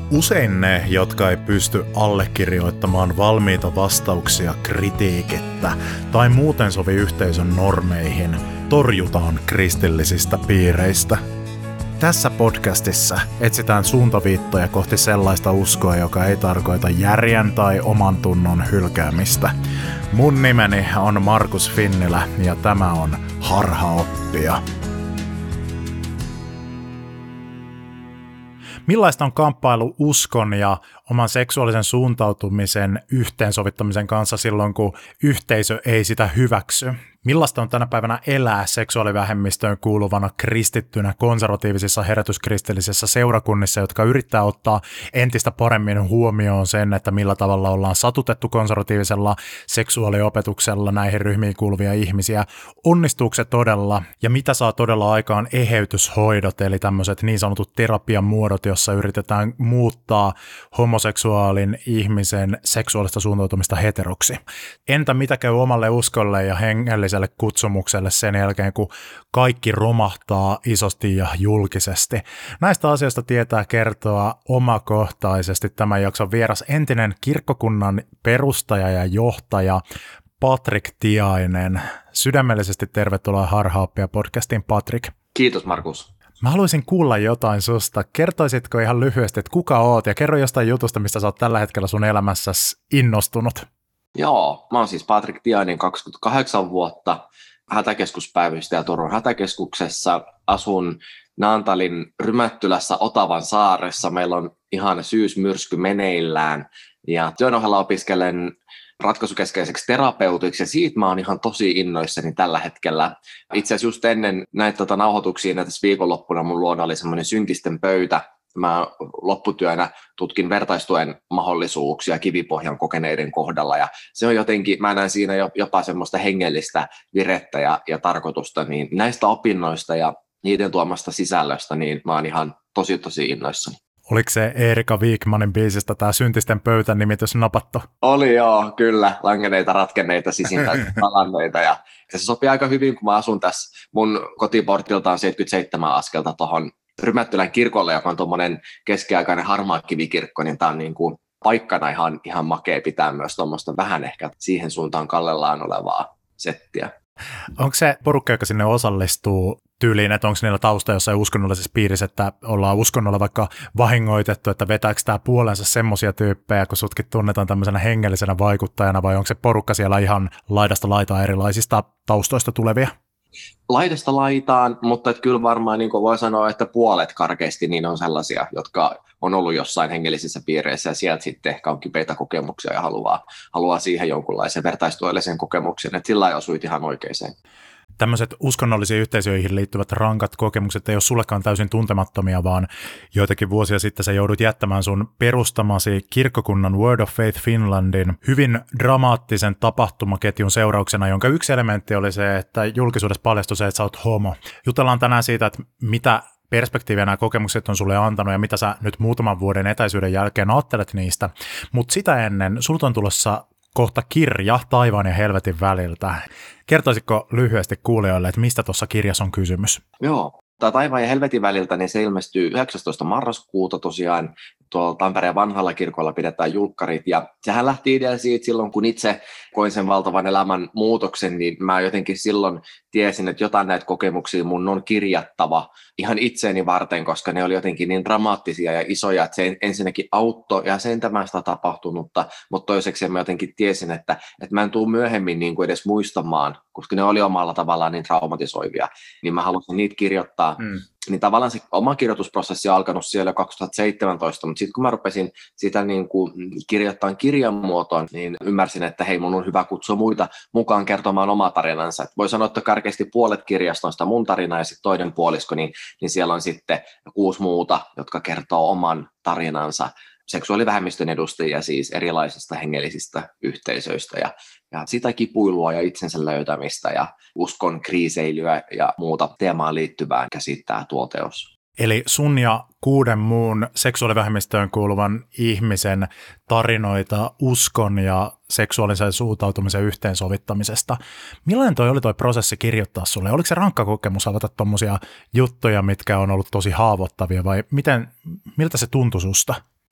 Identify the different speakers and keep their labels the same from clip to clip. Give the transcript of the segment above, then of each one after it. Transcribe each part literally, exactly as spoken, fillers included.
Speaker 1: Usein ne, jotka ei pysty allekirjoittamaan valmiita vastauksia kritiikittä tai muuten sovi yhteisön normeihin, torjutaan kristillisistä piireistä. Tässä podcastissa etsitään suuntaviittoja kohti sellaista uskoa, joka ei tarkoita järjen tai oman tunnon hylkäämistä. Mun nimeni on Markus Finnilä ja tämä on Harhaoppia. Millaista on kamppailu uskon ja oman seksuaalisen suuntautumisen yhteensovittamisen kanssa silloin, kun yhteisö ei sitä hyväksy? Millaista on tänä päivänä elää seksuaalivähemmistöön kuuluvana kristittynä konservatiivisissa herätyskristillisissä seurakunnissa, jotka yrittää ottaa entistä paremmin huomioon sen, että millä tavalla ollaan satutettu konservatiivisella seksuaaliopetuksella näihin ryhmiin kuuluvia ihmisiä? Onnistuuko se todella? Ja mitä saa todella aikaan eheytyshoidot, eli tämmöiset niin sanotut terapian muodot, jossa yritetään muuttaa homoseksuaalin ihmisen seksuaalista suuntautumista heteroksi? Entä mitä käy omalle uskolle ja hengelliselle kutsumukselle sen jälkeen, kun kaikki romahtaa isosti ja julkisesti? Näistä asioista tietää kertoa omakohtaisesti tämän jakson vieras entinen kirkkokunnan perustaja ja johtaja Patrik Tiainen. Sydämellisesti tervetuloa Harhaoppia podcastiin, Patrik.
Speaker 2: Kiitos, Markus.
Speaker 1: Mä haluaisin kuulla jotain susta. Kertoisitko ihan lyhyesti, että kuka oot ja kerro jostain jutusta, mistä sä oot tällä hetkellä sun elämässäsi innostunut?
Speaker 2: Joo, mä oon siis Patrik Tiainen, kaksikymmentäkahdeksan vuotta, hätäkeskuspäivystäjä Turun hätäkeskuksessa. Asun Naantalin Rymättylässä Otavan saaressa. Meillä on ihana syysmyrsky meneillään ja työn ohella opiskelen ratkaisukeskeiseksi terapeutiksi ja siitä mä oon ihan tosi innoissani tällä hetkellä. Itse asiassa just ennen näitä tota, nauhoituksia tässä viikonloppuna mun luona oli semmoinen syntisten pöytä. Mä lopputyönä tutkin vertaistuen mahdollisuuksia kivipohjan kokeneiden kohdalla ja se on jotenkin, mä näen siinä jopa semmoista hengellistä virettä ja, ja tarkoitusta, niin näistä opinnoista ja niiden tuomasta sisällöstä, niin mä oon ihan tosi tosi innoissani.
Speaker 1: Oliko se Erika Wigmanin biisistä tämä syntisten pöytän nimitys napattu?
Speaker 2: Oli joo, kyllä. Langeneita, ratkenneita, sisintä, palanneita. Ja se sopii aika hyvin, kun mä asun tässä. Mun kotiportilta on seitsemänkymmentäseitsemän askelta tuohon Rymättylän kirkolle, joka on tuommoinen keskiaikainen harmaa kivikirkko, niin tämä on niin kuin paikkana ihan, ihan makea pitää myös tuommoista vähän ehkä siihen suuntaan kallellaan olevaa settiä.
Speaker 1: Onko se porukka, joka sinne osallistuu tyyliin, että onko niillä tausta jossain uskonnollisessa piirissä, että ollaan uskonnolla vaikka vahingoitettu, että vetääkö tämä puolensa semmoisia tyyppejä, kun sutkin tunnetaan tämmöisenä hengellisenä vaikuttajana, vai onko se porukka siellä ihan laidasta laitaan erilaisista taustoista tulevia?
Speaker 2: Laidasta laitaan, mutta et kyllä varmaan niin kuin voi sanoa, että puolet karkeasti niin on sellaisia, jotka on ollut jossain hengellisissä piireissä ja sieltä sitten ehkä on kipeitä kokemuksia ja haluaa, haluaa siihen jonkunlaisen vertaistuellisen kokemuksen, että sillä ei osuit ihan oikeeseen.
Speaker 1: Tämmöiset uskonnollisiin yhteisöihin liittyvät rankat kokemukset ei ole sullekaan täysin tuntemattomia, vaan joitakin vuosia sitten sä joudut jättämään sun perustamasi kirkkokunnan Word of Faith Finlandin hyvin dramaattisen tapahtumaketjun seurauksena, jonka yksi elementti oli se, että julkisuudessa paljastui se, että sä oot homo. Jutellaan tänään siitä, että mitä perspektiiviä nämä kokemukset on sulle antanut ja mitä sä nyt muutaman vuoden etäisyyden jälkeen ajattelet niistä, mutta sitä ennen sulta on tulossa kohta kirja Taivaan ja helvetin väliltä. Kertoisitko lyhyesti kuulijoille, että mistä tuossa kirjassa on kysymys?
Speaker 2: Joo, tämä Taivaan ja helvetin väliltä, niin se ilmestyy yhdeksästoista marraskuuta tosiaan. Tuolla Tampereen vanhalla kirkolla pidetään julkkarit, ja sehän lähti idea siitä silloin, kun itse koin sen valtavan elämän muutoksen, niin mä jotenkin silloin tiesin, että jotain näitä kokemuksia mun on kirjattava ihan itseeni varten, koska ne oli jotenkin niin dramaattisia ja isoja, että se ensinnäkin auttoi ja sentämästä tapahtunutta, mutta toiseksi mä jotenkin tiesin, että, että mä en tule myöhemmin niin kuin edes muistamaan, koska ne oli omalla tavallaan niin traumatisoivia, niin mä halusin niitä kirjoittaa. Mm. Niin tavallaan se oma kirjoitusprosessi on alkanut siellä kaksituhattaseitsemäntoista, mutta sitten kun mä rupesin sitä niin kuin kirjoittamaan kirjan muotoon, niin ymmärsin, että hei, mun on hyvä kutsua muita mukaan kertomaan omaa tarinansa. Et voi sanoa, että karkeasti puolet kirjasta on sitä mun tarinaa ja sitten toinen puolisko, niin, niin siellä on sitten kuusi muuta, jotka kertoo oman tarinansa seksuaalivähemmistön edustajia siis erilaisista hengellisistä yhteisöistä ja, ja sitä kipuilua ja itsensä löytämistä ja uskon kriiseilyä ja muuta teemaan liittyvää käsittää tuo teos.
Speaker 1: Eli sun ja kuuden muun seksuaalivähemmistöön kuuluvan ihmisen tarinoita uskon ja seksuaalisen suuntautumisen yhteensovittamisesta. Millainen toi oli toi prosessi kirjoittaa sulle? Oliko se rankka kokemus avata tommosia juttuja, mitkä on ollut tosi haavoittavia vai miten, miltä se tuntui susta?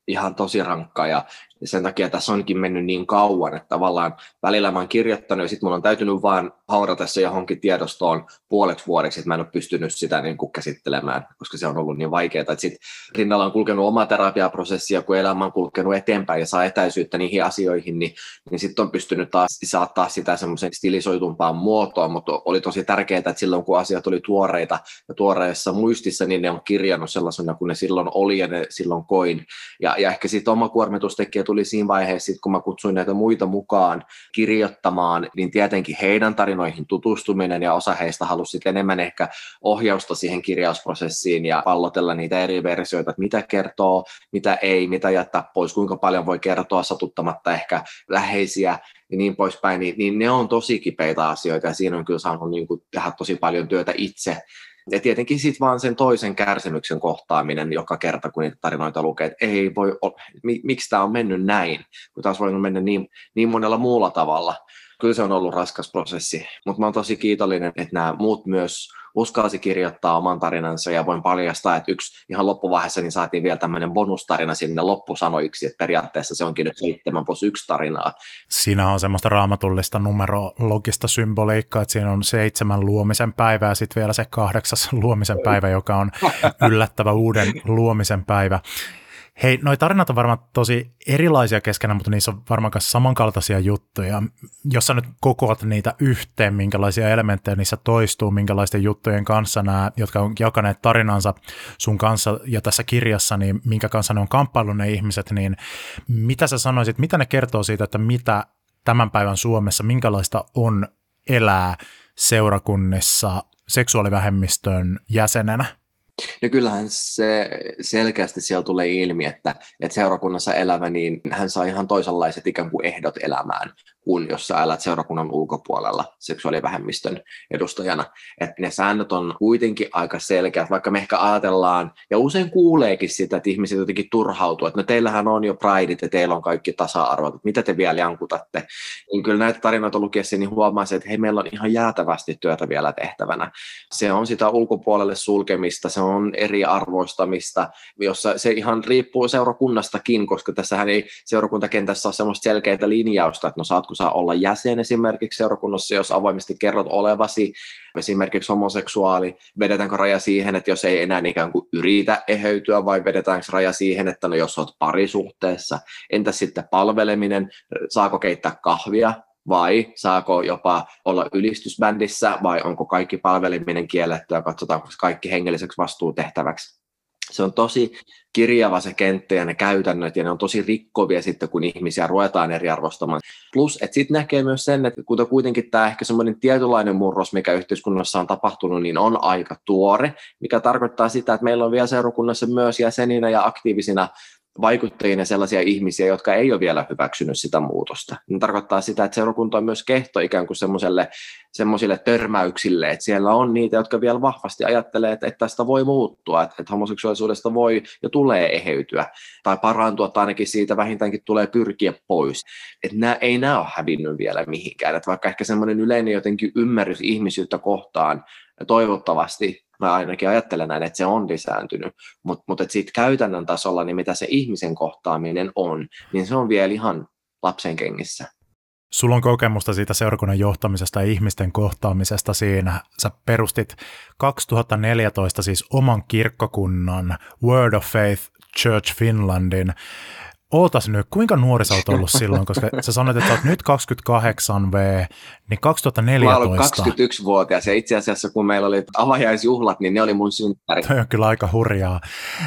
Speaker 2: ihan tosi rankkaa ja sen takia tässä onkin mennyt niin kauan, että tavallaan välillä mä oon kirjoittanut ja sitten mun on täytynyt vaan haudata se johonkin tiedostoon puolet vuodeksi, että mä en ole pystynyt sitä niin kuin käsittelemään, koska se on ollut niin vaikeaa. Sitten rinnalla on kulkenut oma terapiaprosessi ja kun elämä on kulkenut eteenpäin ja saa etäisyyttä niihin asioihin, niin, niin sitten on pystynyt taas saattaa sitä semmoisen stilisoitumpaan muotoon, mutta oli tosi tärkeää, että silloin kun asiat oli tuoreita ja tuoreessa muistissa, niin ne on kirjannut sellaisena kuin ne silloin oli ja ne silloin koin. Ja, ja ehkä sitten oma kuormitustekijä tuli siinä vaiheessa, sit kun mä kutsuin näitä muita mukaan kirjoittamaan, niin tietenkin heidän tarinoihin tutustuminen ja osa heistä halusi enemmän ehkä ohjausta siihen kirjausprosessiin ja pallotella niitä eri versioita, että mitä kertoo, mitä ei, mitä jättää pois, kuinka paljon voi kertoa satuttamatta ehkä läheisiä ja niin poispäin, niin, niin ne on tosi kipeitä asioita ja siinä on kyllä saanut niin kuin tehdä tosi paljon työtä itse. Ja tietenkin sitten vaan sen toisen kärsimyksen kohtaaminen joka kerta, kun niitä tarinoita lukee, että ei voi olla, miksi tämä on mennyt näin, kun taas voinut mennä niin, niin monella muulla tavalla. Kyllä se on ollut raskas prosessi, mutta mä oon tosi kiitollinen, että nämä muut myös uskalsi kirjoittaa oman tarinansa ja voin paljastaa, että yksi ihan loppuvaiheessa niin saatiin vielä tämmöinen bonustarina sinne loppusanoiksi, että periaatteessa se onkin nyt seitsemän plus yksi tarinaa.
Speaker 1: Siinä on semmoista raamatullista numerologista symboliikkaa, että siinä on seitsemän luomisen päivää ja sitten vielä se kahdeksas luomisen päivä, joka on yllättävä uuden luomisen päivä. Hei, noi tarinat on varmaan tosi erilaisia keskenään, mutta niissä on varmaan myös samankaltaisia juttuja. Jos sä nyt kokoat niitä yhteen, minkälaisia elementtejä niissä toistuu, minkälaisten juttujen kanssa nämä, jotka on jakaneet tarinansa sun kanssa ja tässä kirjassa, niin minkä kanssa ne on kamppaillut ne ihmiset, niin mitä sä sanoisit, mitä ne kertoo siitä, että mitä tämän päivän Suomessa, minkälaista on elää seurakunnissa seksuaalivähemmistön jäsenenä?
Speaker 2: No kyllähän se selkeästi siellä tulee ilmi, että, että seurakunnassa elävä, niin hän saa ihan toisenlaiset ikään kuin ehdot elämään, kuin jos sä elät seurakunnan ulkopuolella seksuaalivähemmistön edustajana. Että ne säännöt on kuitenkin aika selkeät, vaikka me ehkä ajatellaan, ja usein kuuleekin sitä, että ihmiset jotenkin turhautuu, että no teillähän on jo prideit ja teillä on kaikki tasa-arvot, että mitä te vielä jankutatte. Niin kyllä näitä tarinoita lukiessa niin huomaa se, että hei, meillä on ihan jäätävästi työtä vielä tehtävänä. Se on sitä ulkopuolelle sulkemista, se on eriarvoistamista, jossa se ihan riippuu seurakunnastakin, koska tässähän ei seurakuntakentässä ole semmoista selkeää linjausta, että no saatko saa olla jäsen esimerkiksi seurakunnassa, jos avoimesti kerrot olevasi, esimerkiksi homoseksuaali, vedetäänkö raja siihen, että jos ei enää ikään kuin yritä eheytyä, vai vedetäänkö raja siihen, että no jos olet parisuhteessa, entä sitten palveleminen, saako keittää kahvia, vai saako jopa olla ylistysbändissä, vai onko kaikki palveleminen kiellettyä, katsotaanko kaikki hengelliseksi vastuutehtäväksi. Se on tosi kirjava se kenttä ja ne käytännöt, ja ne on tosi rikkovia sitten, kun ihmisiä ruvetaan eriarvostamaan. Plus, että sitten näkee myös sen, että kun kuitenkin tämä ehkä semmoinen tietynlainen murros, mikä yhteiskunnassa on tapahtunut, niin on aika tuore, mikä tarkoittaa sitä, että meillä on vielä seurakunnassa myös jäseninä ja aktiivisina vaikuttajina sellaisia ihmisiä, jotka ei ole vielä hyväksynyt sitä muutosta. Ne tarkoittaa sitä, että seurakunta on myös kehto ikään kuin semmoiselle, semmoisille törmäyksille, että siellä on niitä, jotka vielä vahvasti ajattelee, että, että tästä voi muuttua, että, että homoseksuaalisuudesta voi ja tulee eheytyä tai parantua, tai ainakin siitä vähintäänkin tulee pyrkiä pois. Että nämä, ei nämä ole hävinnyt vielä mihinkään, että vaikka ehkä semmoinen yleinen jotenkin ymmärrys ihmisyyttä kohtaan toivottavasti, mä ainakin ajattelen näin, että se on lisääntynyt, mutta mut sitten käytännön tasolla, niin mitä se ihmisen kohtaaminen on, niin se on vielä ihan lapsen kengissä.
Speaker 1: Sulla on kokemusta siitä seurakunnan johtamisesta ja ihmisten kohtaamisesta siinä. Sä perustit kaksituhattaneljätoista siis oman kirkkokunnan Word of Faith Church Finlandin. Ootas nyt, kuinka nuori sä oot ollut silloin, koska sä sanoit, että sä oot nyt kaksikymmentäkahdeksan vuotta, niin kaksituhattaneljätoista.
Speaker 2: Mä olen kaksikymmentäyksivuotias ja itse asiassa kun meillä oli avajaisjuhlat, niin ne oli mun synttäri.
Speaker 1: Toi on kyllä aika hurjaa.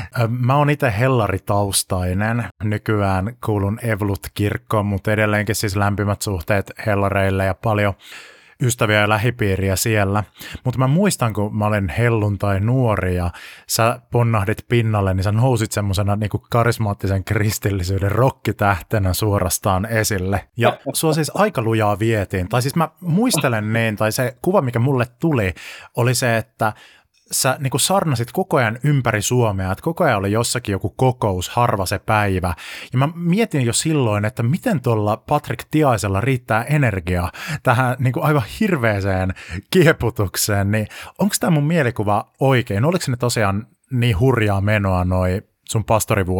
Speaker 1: Mä oon itse hellaritaustainen. Nykyään kuulun Evolut-kirkkoon, mutta edelleenkin siis lämpimät suhteet hellareille ja paljon ystäviä ja lähipiiriä siellä. Mutta mä muistan, kun mä olin helluntai nuori ja sä ponnahdit pinnalle, niin sä nousit semmosena niinku karismaattisen kristillisyyden rokkitähtenä suorastaan esille. Ja sua siis aika lujaa vietiin. Tai siis mä muistelen niin, tai se kuva, mikä mulle tuli, oli se, että sä niin kuin sarnasit koko ajan ympäri Suomea, että koko ajan oli jossakin joku kokous, harva se päivä. Ja mä mietin jo silloin, että miten tuolla Patrik Tiaisella riittää energiaa tähän niin kuin aivan hirveeseen kieputukseen. Niin onko tämä mun mielikuva oikein? Oliko ne tosiaan niin hurjaa menoa noi sun pastorivuodet?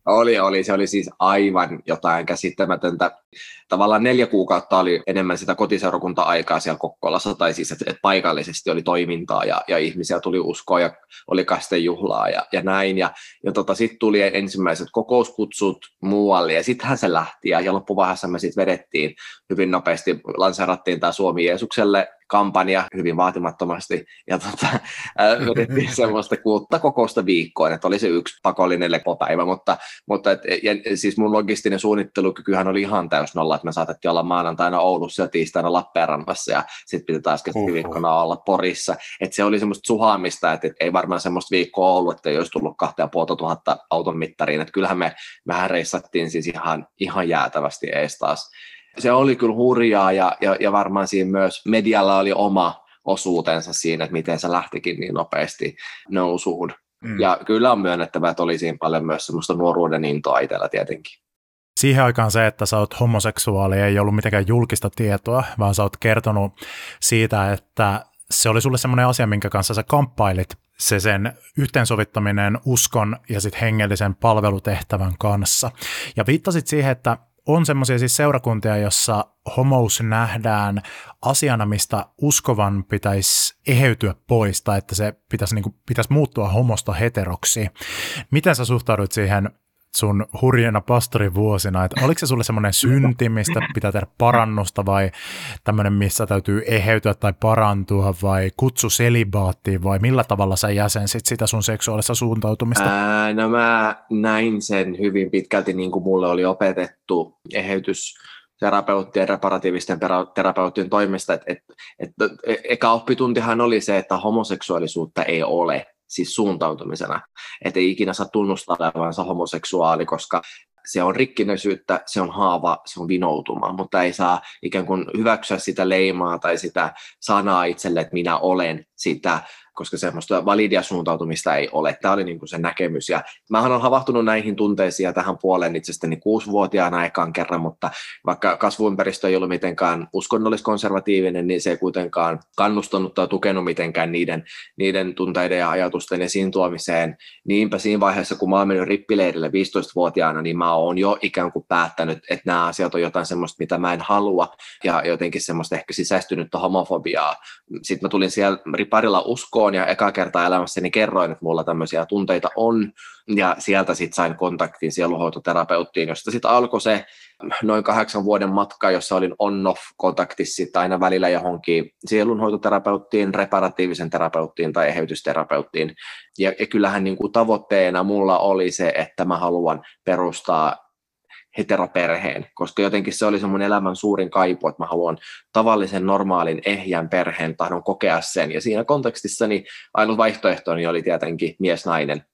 Speaker 2: Oli, oli. Se oli siis aivan jotain käsittämätöntä. Tavallaan neljä kuukautta oli enemmän sitä kotiseurakunta-aikaa siellä Kokkolassa, tai siis että et paikallisesti oli toimintaa ja, ja ihmisiä tuli uskoa ja oli kastejuhlaa ja, ja näin. Ja, ja tota, sitten tuli ensimmäiset kokouskutsut muualle ja sittenhän se lähti ja, ja loppuvaiheessa me sitten vedettiin hyvin nopeasti, lanseerattiin tämä Suomi Jeesukselle kampanja hyvin vaatimattomasti ja tota, vedettiin semmoista kuutta kokousta viikkoon, että oli se yksi pakollinen lepopäivä, mutta, mutta et, ja, siis mun logistinen suunnittelukykyhän oli ihan täys nolla, että me saatettiin olla maanantaina Oulussa ja tiistaina Lappeenrannassa ja sitten piti taas keskiviikkona olla Porissa, että se oli semmoista suhaamista, että et ei varmaan semmoista viikkoa ollut, että ei olisi tullut kahteen puolta tuhatta auton mittariin, että kyllähän me vähän reissattiin siis ihan, ihan jäätävästi ees taas. Se oli kyllä hurjaa ja, ja, ja varmaan siinä myös medialla oli oma osuutensa siinä, että miten se lähtikin niin nopeasti nousuun. Mm. Ja kyllä on myönnettävä, että oli siinä paljon myös semmoista nuoruuden intoa itsellä tietenkin.
Speaker 1: Siihen aikaan se, että sä oot homoseksuaali, ei ollut mitenkään julkista tietoa, vaan sä oot kertonut siitä, että se oli sulle semmoinen asia, minkä kanssa sä kamppailit, se sen yhteensovittaminen uskon ja sit hengellisen palvelutehtävän kanssa. Ja viittasit siihen, että on semmoisia siis seurakuntia, jossa homous nähdään asiana, mistä uskovan pitäisi eheytyä pois, tai että se pitäisi, niin kuin, pitäisi muuttua homosta heteroksi. Miten sä suhtaudut siihen sun hurjena pastorivuosina, että oliko se sulle semmoinen synti, mistä pitää tehdä parannusta, vai tämmöinen, missä täytyy eheytyä tai parantua, vai kutsu selibaattiin, vai millä tavalla sä jäsensit sitä sun seksuaalista suuntautumista?
Speaker 2: Ää, no mä näin sen hyvin pitkälti, niin kuin mulle oli opetettu eheytysterapeuttien, reparatiivisten terapeuttien toimesta, että et, et, et, eka oppituntihan oli se, että homoseksuaalisuutta ei ole, siis suuntautumisena, että ei ikinä saa tunnustaa olevansa homoseksuaali, koska se on rikkinäisyyttä, se on haava, se on vinoutuma, mutta ei saa ikään kuin hyväksyä sitä leimaa tai sitä sanaa itselle, että minä olen sitä, koska semmoista validia suuntautumista ei ole. Tämä oli niin kuin se näkemys. Ja mähän olen havahtunut näihin tunteisiin ja tähän puoleen itsestäni kuusivuotiaana ekaan kerran, mutta vaikka kasvuympäristö ei ollut mitenkään uskonnollis-konservatiivinen, niin se ei kuitenkaan kannustanut tai tukenut mitenkään niiden, niiden tunteiden ja ajatusten esiin tuomiseen. Niinpä siinä vaiheessa, kun mä olen mennyt rippileirille viisitoistavuotiaana, niin mä oon jo ikään kuin päättänyt, että nämä asiat on jotain semmoista, mitä mä en halua, ja jotenkin semmoista ehkä sisäistynyttä homofobiaa. Sitten mä tulin siellä riparilla uskoon, ja eka kertaa elämässäni kerroin, että mulla tämmöisiä tunteita on, ja sieltä sitten sain kontaktin sielunhoitoterapeuttiin, josta sitten alkoi se noin kahdeksan vuoden matka, jossa olin on-off-kontaktissa sitten aina välillä johonkin sielunhoitoterapeuttiin, reparatiivisen terapeuttiin tai eheytysterapeuttiin. Ja, ja kyllähän niin kuin tavoitteena mulla oli se, että mä haluan perustaa heteroperheen, koska jotenkin se oli se mun elämän suurin kaipu, että mä haluan tavallisen, normaalin, ehjän perheen, tahdon kokea sen. Ja siinä kontekstissa niin ainut vaihtoehtoni oli tietenkin mies-nainen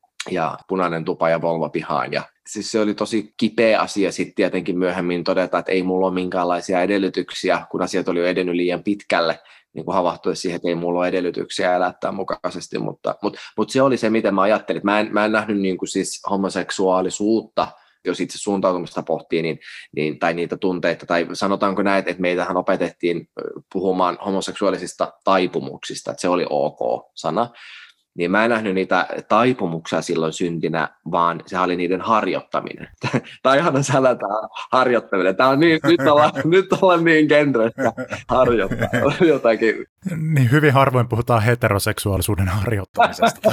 Speaker 2: ja punainen tupa ja Volvo pihaan. Ja siis se oli tosi kipeä asia sitten tietenkin myöhemmin todeta, että ei mulla ole minkäänlaisia edellytyksiä, kun asiat oli jo edennyt liian pitkälle, niin kuin havahtui siihen, että ei mulla ole edellytyksiä elää tämän mukaisesti, mutta, mutta, mutta se oli se, miten mä ajattelin. Mä en, mä en nähnyt niin kuin siis homoseksuaalisuutta, jos itse suuntautumista pohtii, niin, niin, tai niitä tunteita, tai sanotaanko näin, että meitähän opetettiin puhumaan homoseksuaalisista taipumuksista, että se oli ok-sana, niin mä en nähnyt niitä taipumuksia silloin syntinä, vaan se oli niiden harjoittaminen. Tämä on ihana sana, tämä harjoittaminen. Tämä on niin, nyt ollaan, nyt ollaan niin genressä harjoittaa jotakin.
Speaker 1: Niin hyvin harvoin puhutaan heteroseksuaalisuuden harjoittamisesta.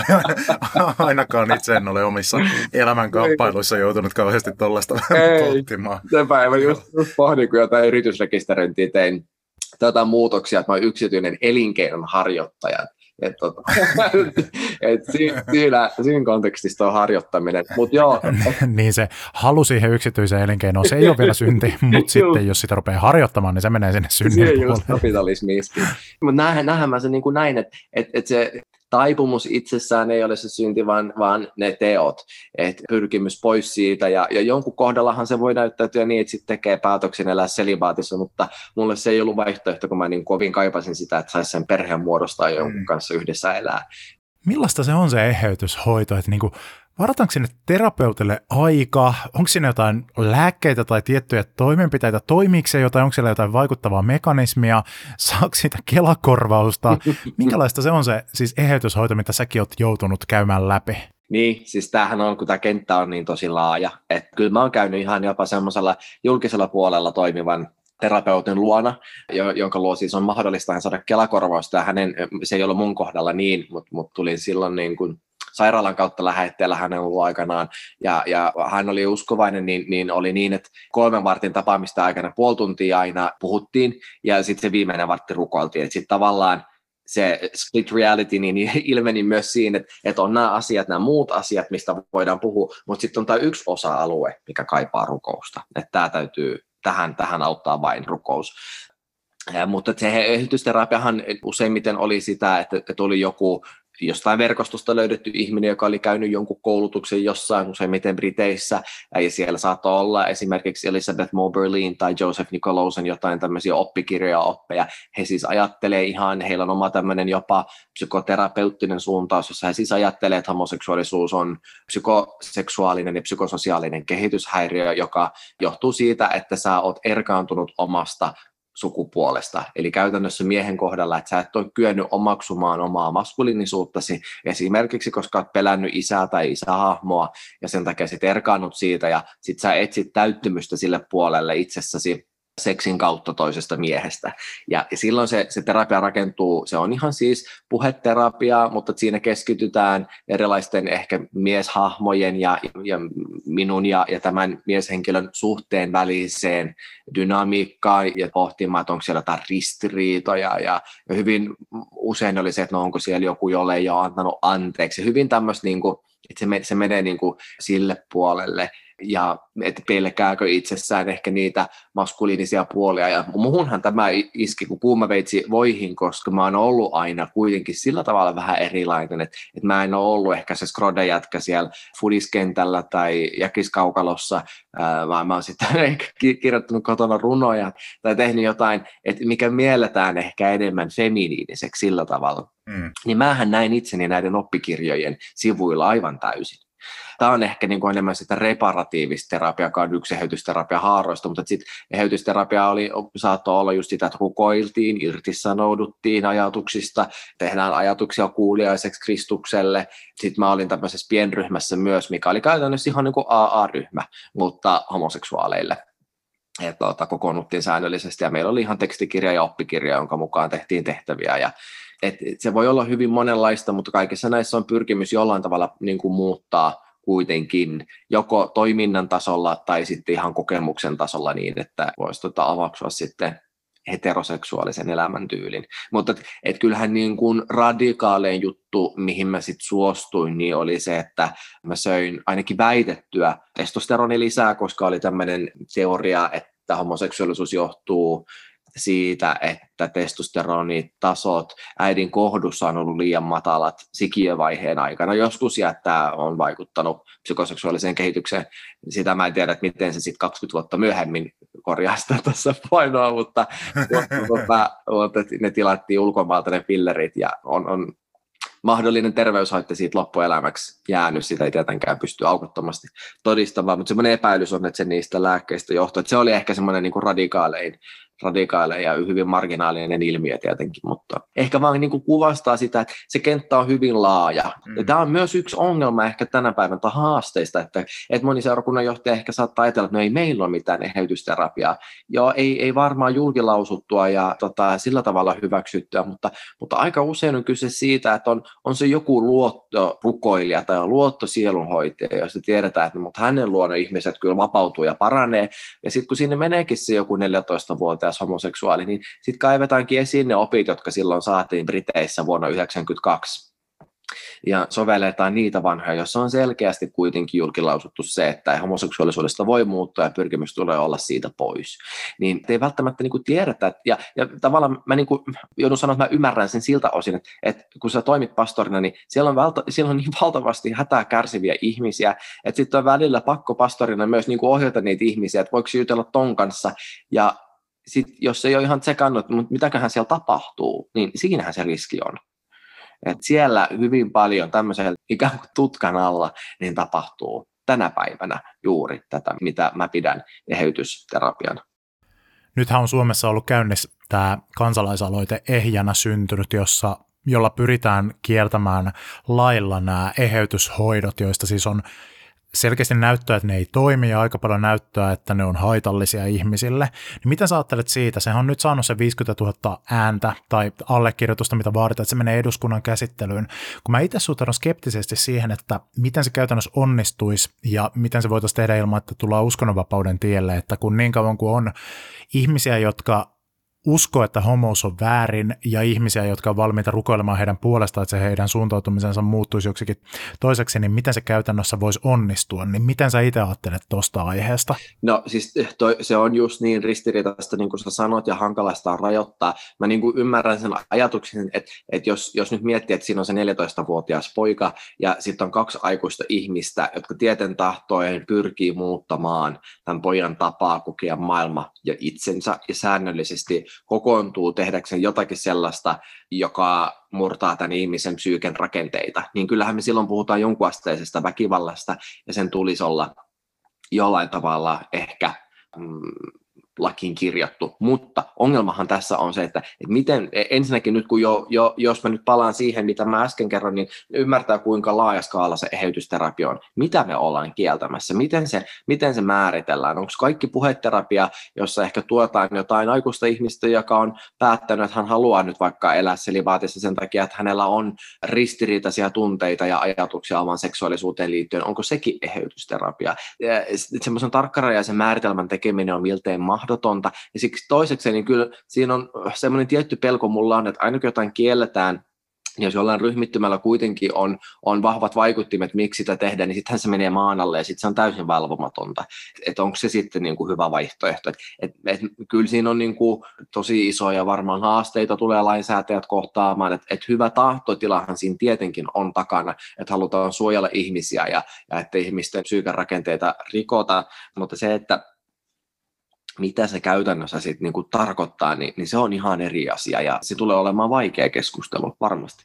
Speaker 1: Ainakaan itse en ole omissa elämänkamppailuissa joutunut kauheasti tuollaista pohtimaan.
Speaker 2: Se päivä just, just pohdin, kun jotain yritysrekisteröintiä tein tätä muutoksia, että mä olen yksityinen elinkeinon harjoittaja. Et, tota, et siinä, siinä kontekstissa on harjoittaminen, mutta joo.
Speaker 1: Niin se halu siihen yksityiseen elinkeinoon, se ei ole vielä synti, mutta sitten jos sitä rupeaa harjoittamaan, niin se menee sinne synnin puolelle.
Speaker 2: Se just kapitalismiiskin. Mutta näinhän, näinhän mä se niin kuin näin, että et, et se taipumus itsessään ei ole se synti, vaan, vaan ne teot, että pyrkimys pois siitä, ja, ja jonkun kohdallahan se voi näyttäytyä niin, että sitten tekee päätöksen elää selibaatissa, mutta mulle se ei ollut vaihtoehto, kun mä niin kovin kaipasin sitä, että saisi sen perheen muodostaa jonkun kanssa yhdessä elää.
Speaker 1: Millaista se on se eheytyshoito, että niinku, varataanko sinne terapeutille aika, onko siinä jotain lääkkeitä tai tiettyjä toimenpiteitä, toimiiko se jotain, onko siellä jotain vaikuttavaa mekanismia, saako siitä Kela-korvausta, minkälaista se on se siis eheytyshoito, mitä säkin oot joutunut käymään läpi?
Speaker 2: Niin, siis tämähän on, kun tämä kenttä on niin tosi laaja, että kyllä mä oon käynyt ihan jopa semmoisella julkisella puolella toimivan terapeutin luona, jonka luo siis on mahdollista saada Kela-korvausta, ja hänen, se ei ollut mun kohdalla niin, mutta mut tuli silloin niin kuin sairaalan kautta lähetteellä hänen ollut aikanaan, ja, ja hän oli uskovainen, niin, niin oli niin, että kolmen vartin tapaamista aikana puoli tuntia aina puhuttiin, ja sitten se viimeinen vartti rukoiltiin, että sitten tavallaan se split reality niin ilmeni myös siinä, että, että on nämä asiat, nämä muut asiat, mistä voidaan puhua, mutta sitten on tämä yksi osa-alue, mikä kaipaa rukousta, että tämä täytyy, tähän, tähän auttaa vain rukous. Ja, mutta se eheytysterapiahan useimmiten oli sitä, että, että oli joku jostain verkostosta löydetty ihminen, joka oli käynyt jonkun koulutuksen jossain, useimmiten Briteissä, ja siellä saattoi olla esimerkiksi Elizabeth Moberlin tai Joseph Nicolausen jotain tämmöisiä oppikirjoja, oppeja. He siis ajattelee ihan, heillä on oma tämmöinen jopa psykoterapeuttinen suuntaus, jossa he siis ajattelee, että homoseksuaalisuus on psykoseksuaalinen ja psykososiaalinen kehityshäiriö, joka johtuu siitä, että sä oot erkaantunut omasta sukupuolesta. Eli käytännössä miehen kohdalla, että sä et ole kyennyt omaksumaan omaa maskuliinisuuttasi esimerkiksi, koska olet pelännyt isää tai isähahmoa ja sen takia sit erkaannut siitä ja sit sä etsit täyttymystä sille puolelle itsessäsi seksin kautta toisesta miehestä. Ja silloin se, se terapia rakentuu, se on ihan siis puheterapiaa, mutta siinä keskitytään erilaisten ehkä mieshahmojen ja, ja minun ja, ja tämän mieshenkilön suhteen väliseen dynamiikkaan ja pohtimaan, että onko siellä jotain ristiriitoja. Ja, ja hyvin usein oli se, että no onko siellä joku, jolle ei ole antanut anteeksi. Hyvin tämmöistä, niin kuin, että se, se menee niin kuin sille puolelle. Ja että pelkääkö itsessään ehkä niitä maskuliinisia puolia. Ja muhunhan tämä iski kuin kuuma veitsi voihin, koska mä oon ollut aina kuitenkin sillä tavalla vähän erilainen, että, että mä en ole ollut ehkä se skrodejätkä siellä fudiskentällä tai jäkiskaukalossa, ää, vaan mä oon sitten ehkä kirjoittanut kotona runoja tai tehnyt jotain, että mikä mielletään ehkä enemmän feminiiniseksi sillä tavalla. Mm. Niin mähän näin itseni näiden oppikirjojen sivuilla aivan täysin. Tämä on ehkä niin kuin enemmän sitä reparatiivista terapiaa, joka on yksi eheytysterapian haaroista, mutta sitten eheytysterapia oli, saattoi olla just sitä, että rukoiltiin, irtisanouduttiin ajatuksista, tehdään ajatuksia kuuliaiseksi Kristukselle. Sitten mä olin tämmöisessä pienryhmässä myös, mikä oli käytännössä ihan niin kuin A A-ryhmä, mutta homoseksuaaleille. Ja tuota, kokoonnuttiin säännöllisesti ja meillä oli ihan tekstikirja ja oppikirja, jonka mukaan tehtiin tehtäviä ja et se voi olla hyvin monenlaista, mutta kaikissa näissä on pyrkimys jollain tavalla niin kuin muuttaa kuitenkin joko toiminnan tasolla tai sitten ihan kokemuksen tasolla niin, että voisi tota avaksua sitten heteroseksuaalisen elämäntyylin. Mutta et, et kyllähän niin kuin radikaalein juttu, mihin mä sitten suostuin, niin oli se, että mä söin ainakin väitettyä testosteroni lisää, koska oli tämmöinen teoria, että homoseksuaalisuus johtuu siitä, että testosteronitasot äidin kohdussa on ollut liian matalat sikiövaiheen aikana joskus, ja että on vaikuttanut psykoseksuaaliseen kehitykseen. Sitä mä en tiedä, että miten se sitten kaksikymmentä vuotta myöhemmin korjaa sitä tässä painoa, mutta, mutta, mutta ne tilattiin ulkomaalta ne pillerit, ja on, on mahdollinen terveyshaitta siitä loppuelämäksi jäänyt, sitä ei tietenkään pysty aukottomasti todistamaan, mutta semmoinen epäilys on, että se niistä lääkkeistä johtuu, että se oli ehkä semmoinen niin kuin radikaalein, radikaalein ja hyvin marginaalinen ilmiö tietenkin, mutta ehkä vaan niin kuin kuvastaa sitä, että se kenttä on hyvin laaja. Mm. Ja tämä on myös yksi ongelma ehkä tänä päivänä tai haasteista, että, että moni seurakunnan johtaja ehkä saattaa ajatella, että no ei meillä ole mitään eheytysterapiaa. Joo, ei, ei varmaan julkilausuttua ja tota, sillä tavalla hyväksyttyä, mutta, mutta aika usein on kyse siitä, että on, on se joku luottorukoilija tai luottosielunhoitaja, josta tiedetään, että mutta hänen luona ihmiset kyllä vapautuu ja paranee. Ja sitten kun sinne meneekin se joku neljätoistavuotias homoseksuaali, niin sitten kaivetaankin esiin ne opit, jotka silloin saatiin Briteissä vuonna yhdeksänkymmentäkaksi. Ja sovelletaan niitä vanhoja, joissa on selkeästi kuitenkin julkilausuttu se, että homoseksuaalisuudesta voi muuttua ja pyrkimys tulee olla siitä pois. Niin te ei välttämättä niin kuin tiedetä, ja, ja tavallaan mä niin kuin joudun sanoa, että mä ymmärrän sen siltä osin, että, että kun sä toimit pastorina, niin siellä on, valta, siellä on niin valtavasti hätää kärsiviä ihmisiä, että sitten on välillä pakko pastorina myös niin kuin ohjata niitä ihmisiä, että voiko jutella ton kanssa, ja sitten jos ei ole ihan tsekannut, mutta mitäköhän siellä tapahtuu, niin siinähän se riski on. Et siellä hyvin paljon tämmöisen ikään kuin tutkan alla niin tapahtuu tänä päivänä juuri tätä, mitä mä pidän eheytysterapiana.
Speaker 1: Nythän on Suomessa ollut käynnissä tämä kansalaisaloite Ehjänä syntynyt, jossa jolla pyritään kieltämään lailla nämä eheytyshoidot, joista siis on selkeästi näyttöä, että ne ei toimi ja aika paljon näyttöä, että ne on haitallisia ihmisille. Niin mitä sä ajattelet siitä? Sehän on nyt saanut se viisikymmentätuhatta ääntä tai allekirjoitusta, mitä vaaditaan, että se menee eduskunnan käsittelyyn. Kun mä itse suhtaudun skeptisesti siihen, että miten se käytännössä onnistuisi ja miten se voitaisiin tehdä ilman, että tullaan uskonnonvapauden tielle, että kun niin kauan kuin on ihmisiä, jotka usko, että homous on väärin ja ihmisiä, jotka on valmiita rukoilemaan heidän puolestaan, että se heidän suuntautumisensa muuttuisi joksikin toiseksi, niin miten se käytännössä voisi onnistua, niin miten sä itse ajattelet tuosta aiheesta?
Speaker 2: No siis toi, se on just niin ristiriitaista, niin kuin sä sanot, ja hankalaista on rajoittaa. Mä niin kuin ymmärrän sen ajatuksen, että, että jos, jos nyt miettii, että siinä on se neljätoistavuotias poika ja sitten on kaksi aikuista ihmistä, jotka tieten tahtoen pyrkii muuttamaan tämän pojan tapaa kokea maailma ja itsensä ja säännöllisesti kokoontuu tehdäkseen jotakin sellaista, joka murtaa tämän ihmisen psyyken rakenteita, niin kyllähän me silloin puhutaan jonkunasteisesta väkivallasta, ja sen tulisi olla jollain tavalla ehkä mm, lakiin kirjattu, mutta ongelmahan tässä on se, että, että miten, ensinnäkin nyt kun jo, jo, jos mä nyt palaan siihen, mitä mä äsken kerron, niin ymmärtää kuinka laaja skaala se eheytysterapia on, mitä me ollaan kieltämässä, miten se, miten se määritellään, onko kaikki puheterapia, jossa ehkä tuetaan jotain aikuista ihmistä, joka on päättänyt, että hän haluaa nyt vaikka elää selibaatissa sen takia, että hänellä on ristiriitaisia tunteita ja ajatuksia oman seksuaalisuuteen liittyen, onko sekin eheytysterapia? Semmoisen tarkkarajaisen määritelmän tekeminen on miltei mahdollista, ja siksi toiseksi, niin kyllä siinä on semmoinen tietty pelko mulla on, että aina kun jotain kielletään, niin jos jollain ryhmittymällä kuitenkin on, on vahvat vaikuttimet, miksi sitä tehdään, niin sittenhän se menee maan alle ja sitten se on täysin valvomatonta. Että onko se sitten niin kuin hyvä vaihtoehto. Et, et, et, kyllä siinä on niin kuin tosi isoja varmaan haasteita, tulee lainsäätäjät kohtaamaan, että et hyvä tahtotilahan siinä tietenkin on takana, että halutaan suojella ihmisiä ja, ja että ihmisten psyyken rakenteita rikota, mutta se, että mitä se käytännössä sitten niinku tarkoittaa, niin, niin se on ihan eri asia ja se tulee olemaan vaikea keskustelu varmasti.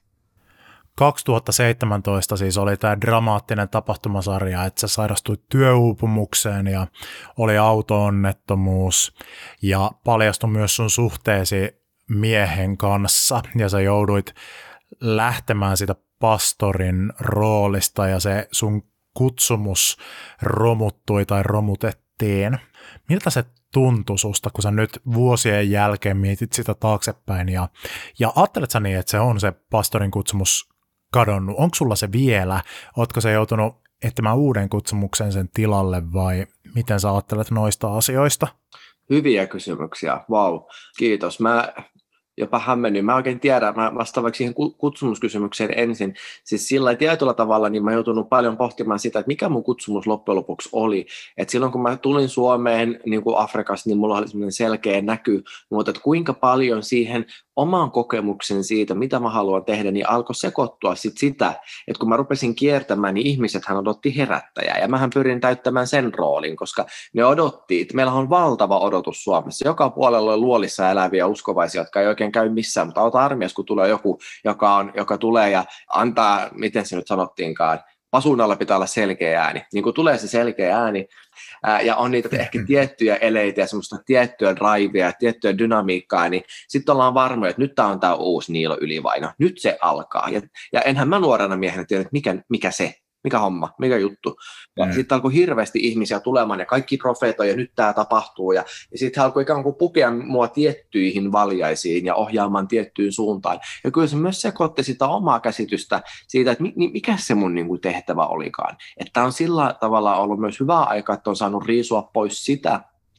Speaker 1: kaksituhattaseitsemäntoista siis oli tämä dramaattinen tapahtumasarja, että sä sairastuit työuupumukseen ja oli auto-onnettomuus ja paljastui myös sun suhteesi miehen kanssa ja sä jouduit lähtemään sitä pastorin roolista ja se sun kutsumus romuttui tai romutettiin. Miltä se tuntui susta, kun sä nyt vuosien jälkeen mietit sitä taaksepäin ja, ja ajattelet sä niin, että se on se pastorin kutsumus kadonnut? Onko sulla se vielä? Ootko sä joutunut etsimään uuden kutsumuksen sen tilalle vai miten sä ajattelet noista asioista?
Speaker 2: Hyviä kysymyksiä, vau, wow. Kiitos. Mä jopa hämmennyin. Mä oikein tiedän, mä vastaan vaikka siihen kutsumuskysymykseen ensin. Siis sillä tietyllä tavalla niin mä joutunut paljon pohtimaan sitä, että mikä mun kutsumus loppujen lopuksi oli. Et silloin kun mä tulin Suomeen niin kuin Afrikasta, niin mulla oli semmoinen selkeä näky, mutta että kuinka paljon siihen oman kokemuksen siitä, mitä mä haluan tehdä, niin alkoi sekoittua sit sitä, että kun mä rupesin kiertämään, niin ihmisethän odotti herättäjää, ja mähän pyrin täyttämään sen roolin, koska ne odotti, että meillä on valtava odotus Suomessa. Joka puolella on luolissa eläviä uskovaisia, jotka ei oikein käy missään, mutta auta armias, kun tulee joku, joka, on, joka tulee ja antaa, miten se nyt sanottiinkaan, pasuunalla pitää olla selkeä ääni. Niin kun tulee se selkeä ääni, ää, ja on niitä ehkä tiettyjä eleitä ja semmoista tiettyä drivea, tiettyä dynamiikkaa, niin sitten ollaan varmoja, että nyt tämä on tämä uusi Niilo Ylivaino. Nyt se alkaa. Ja, ja enhän mä nuorena miehenä tiedä, että mikä, mikä se, mikä homma, mikä juttu. Ja mm. sitten alkoi hirveästi ihmisiä tulemaan ja kaikki profeetoi ja nyt tämä tapahtuu. Ja, ja sitten alkoi ikään kuin pukea mua tiettyihin valjaisiin ja ohjaamaan tiettyyn suuntaan. Ja kyllä se myös sekoitti sitä omaa käsitystä siitä, että mi, mikä se mun niin kuin tehtävä olikaan. Että on sillä tavalla ollut myös hyvä aika, että on saanut riisua pois sitä,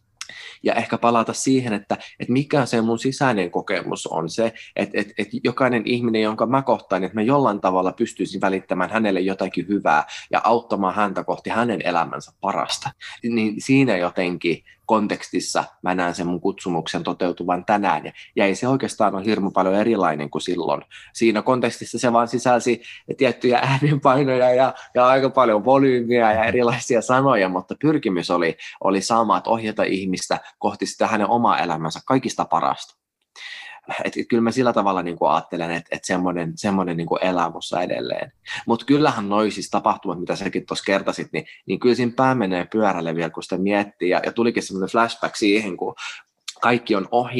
Speaker 2: ja ehkä palata siihen, että, että mikä se mun sisäinen kokemus on se, että, että, että jokainen ihminen, jonka mä kohtaan, että mä jollain tavalla pystyisin välittämään hänelle jotakin hyvää ja auttamaan häntä kohti hänen elämänsä parasta. Niin siinä jotenkin kontekstissa mä näen sen mun kutsumuksen toteutuvan tänään, ja, ja ei se oikeastaan ole hirmu paljon erilainen kuin silloin. Siinä kontekstissa se vaan sisälsi tiettyjä äänenpainoja ja, ja aika paljon volyymiä ja erilaisia sanoja, mutta pyrkimys oli, oli sama, että ohjata ihmistä kohti sitä hänen omaa elämänsä kaikista parasta. Et, et kyllä mä sillä tavalla niin kuin ajattelen, että et semmoinen, semmoinen niin kuin elää musta edelleen. Mutta kyllähän noi siis tapahtumat, mitä säkin tuossa kertasit, niin, niin kyllä siinä pää menee pyörälle vielä, kun sitä miettii. Ja, ja tulikin semmoinen flashback siihen, kun kaikki on ohi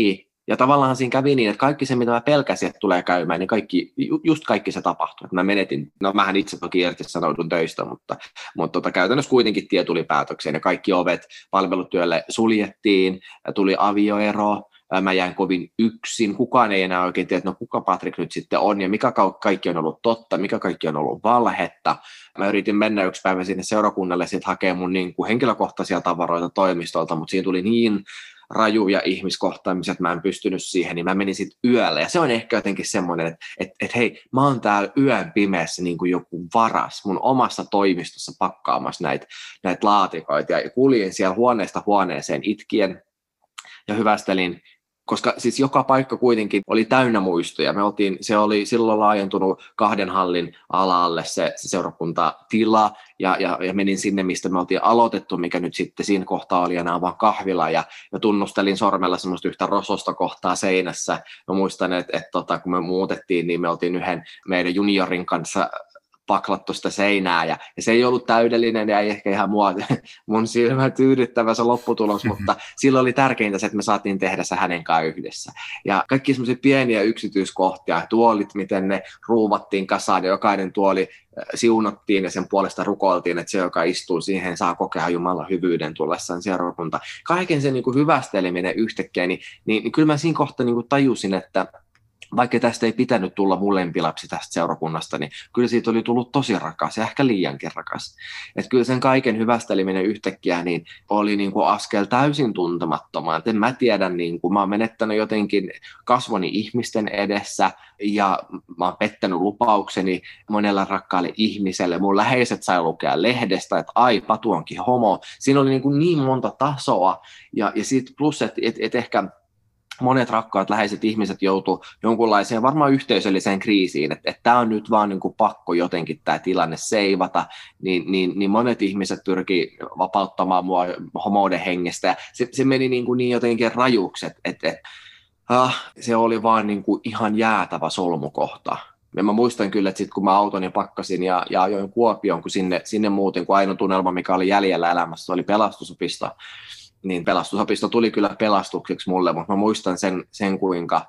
Speaker 2: Ja tavallaan siinä kävi niin, että kaikki se, mitä mä pelkäsin, että tulee käymään, niin kaikki, just kaikki se tapahtui. Että mä menetin, no mähän itse toki irtisanoudun töistä, mutta, mutta tota, käytännössä kuitenkin tie tuli päätökseen ja kaikki ovet palvelutyölle suljettiin, tuli avioero, mä jäin kovin yksin, kukaan ei enää oikein tiedä, että no kuka Patrik nyt sitten on ja mikä kaikki on ollut totta, mikä kaikki on ollut valhetta. Mä yritin mennä yksi päivä sinne seurakunnalle sitten hakemaan mun niin kuin henkilökohtaisia tavaroita toimistolta, mutta siinä tuli niin rajuja ihmiskohtaamisia, että mä en pystynyt siihen, niin mä menin sitten yöllä. Ja se on ehkä jotenkin semmoinen, että et, et hei, mä oon täällä yön pimeässä niin kuin joku varas mun omassa toimistossa pakkaamassa näitä näit laatikoita. Ja kuljin siellä huoneesta huoneeseen itkien ja hyvästelin, koska siis joka paikka kuitenkin oli täynnä muistoja. Me oltiin, se oli silloin laajentunut kahden hallin alalle se, se seurakuntatila, ja, ja, ja menin sinne, mistä me oltiin aloitettu, mikä nyt sitten siinä kohtaa oli enää vaan kahvila, ja, ja tunnustelin sormella semmoista yhtä rososta kohtaa seinässä. Mä muistan, että, että tota, kun me muutettiin, niin me oltiin yhden meidän juniorin kanssa paklattu sitä seinää, ja, ja se ei ollut täydellinen, ja ei ehkä ihan mua, mun silmä tyydyttävä se lopputulos, mutta silloin oli tärkeintä se, että me saatiin tehdä se hänen kanssaan yhdessä. Ja kaikki semmoisia pieniä yksityiskohtia, tuolit, miten ne ruuvattiin kasaan, ja jokainen tuoli siunattiin, ja sen puolesta rukoiltiin, että se, joka istuu siihen, saa kokea Jumalan hyvyyden tullessaan seurakunta. Kaiken sen niin kuin hyvästeleminen yhtäkkiä, niin, niin, niin kyllä mä siinä kohtaa niin kuin tajusin, että vaikka tästä ei pitänyt tulla mun lempilapsi tästä seurakunnasta, niin kyllä siitä oli tullut tosi rakas ja ehkä liiankin rakas. Että kyllä sen kaiken hyvästeleminen yhtäkkiä niin oli niin kuin askel täysin tuntemattomaan. Et en mä tiedä, niin kuin mä oon menettänyt jotenkin kasvoni ihmisten edessä ja mä oon pettänyt lupaukseni monella rakkaalle ihmiselle. Mun läheiset sai lukea lehdestä, että ai, Patu onkin homo. Siinä oli niin, kuin niin monta tasoa ja, ja sitten plus, että et, et ehkä monet rakkaat läheiset ihmiset joutuu jonkunlaiseen varmaan yhteisölliseen kriisiin, että, että tämä on nyt vaan niin kuin pakko jotenkin tämä tilanne seivata, niin, niin, niin monet ihmiset pyrkii vapauttamaan mua homouden hengestä, ja se, se meni niin, kuin niin jotenkin rajuksi, että, että, että ah, se oli vaan niin kuin ihan jäätävä solmukohta. Ja mä muistan kyllä, että sit kun mä autoni pakkasin ja, ja ajoin Kuopioon, kun sinne, sinne muutin, kun ainoa tunnelma, mikä oli jäljellä elämässä, oli pelastusopisto, niin pelastusopisto tuli kyllä pelastukseksi mulle, mutta mä muistan sen, sen kuinka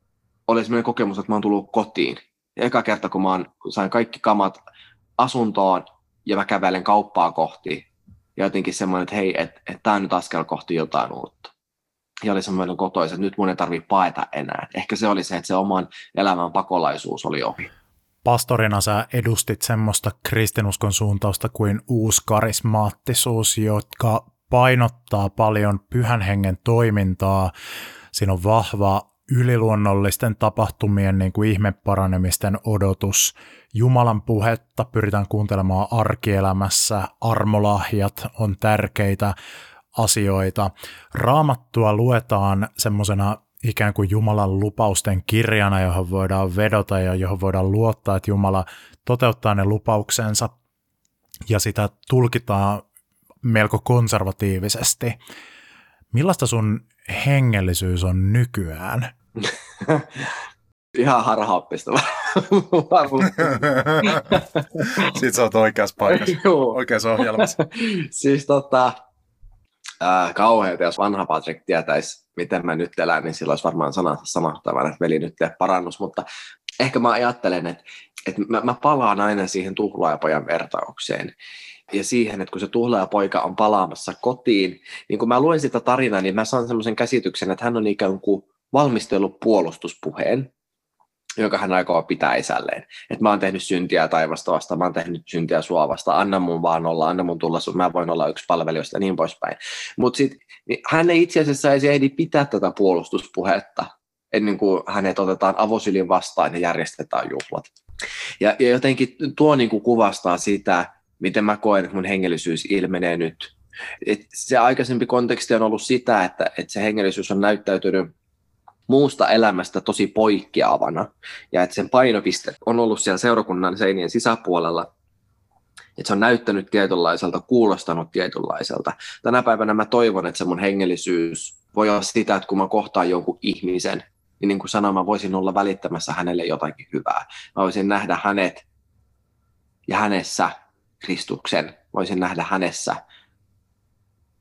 Speaker 2: oli sellainen kokemus, että mä oon tullut kotiin. Ja eka kerta, kun mä oon, sain kaikki kamat asuntoon ja mä kävelen kauppaa kohti, ja jotenkin semmoinen, että hei, että et tää on nyt askel kohti jotain uutta. Ja oli semmoinen kotoisa, että nyt mun ei tarvitse paeta enää. Ehkä se oli se, että se oman elämän pakolaisuus oli ohi.
Speaker 1: Pastorina sä edustit semmoista kristinuskon suuntausta kuin uuskarismaattisuus, jotka painottaa paljon pyhän hengen toimintaa. Siinä on vahva yliluonnollisten tapahtumien niin kuin ihmeparanemisten odotus. Jumalan puhetta pyritään kuuntelemaan arkielämässä. Armolahjat on tärkeitä asioita. Raamattua luetaan semmoisena ikään kuin Jumalan lupausten kirjana, johon voidaan vedota ja johon voidaan luottaa, että Jumala toteuttaa ne lupauksensa, ja sitä tulkitaan melko konservatiivisesti. Millaista sun hengellisyys on nykyään?
Speaker 2: Ihan harhaoppista.
Speaker 1: Sitten sä oot oikeassa paikassa, oikeassa ohjelmassa.
Speaker 2: Siis tota, äh, kauheita, jos vanha Patrik tietäisi, miten mä nyt elän, niin sillä olisi varmaan sanansa sanottavan, että veli nyt tee parannus, mutta ehkä mä ajattelen, että, että mä, mä palaan aina siihen tuhlaajapojan vertaukseen. Ja siihen, että kun se tuhlaajapoika on palaamassa kotiin, niin kun mä luen sitä tarinaa, niin mä saan semmoisen käsityksen, että hän on ikään kuin valmistellut puolustuspuheen, jonka hän aikoo pitää isälleen. Että mä oon tehnyt syntiä taivasta vasta, mä oon tehnyt syntiä sua vasta, anna mun vaan olla, anna mun tulla sun, mä voin olla yksi palvelijoista ja niin poispäin. Mutta sitten niin hän ei itse asiassa ei ehdi pitää tätä puolustuspuhetta, ennen kuin hänet otetaan avosylin vastaan ja järjestetään juhlat. Ja, ja jotenkin tuo niin kuin kuvastaa sitä, miten mä koen, että mun hengellisyys ilmenee nyt. Et se aikaisempi konteksti on ollut sitä, että, että se hengellisyys on näyttäytynyt muusta elämästä tosi poikkeavana, ja että sen painopiste on ollut siellä seurakunnan seinien sisäpuolella, että se on näyttänyt tietynlaiselta, kuulostanut tietynlaiselta. Tänä päivänä mä toivon, että se mun hengellisyys voi olla sitä, että kun mä kohtaan jonkun ihmisen, niin niin kuin sanoin, mä voisin olla välittämässä hänelle jotakin hyvää. Mä voisin nähdä hänet ja hänessä Kristuksen, voisin nähdä hänessä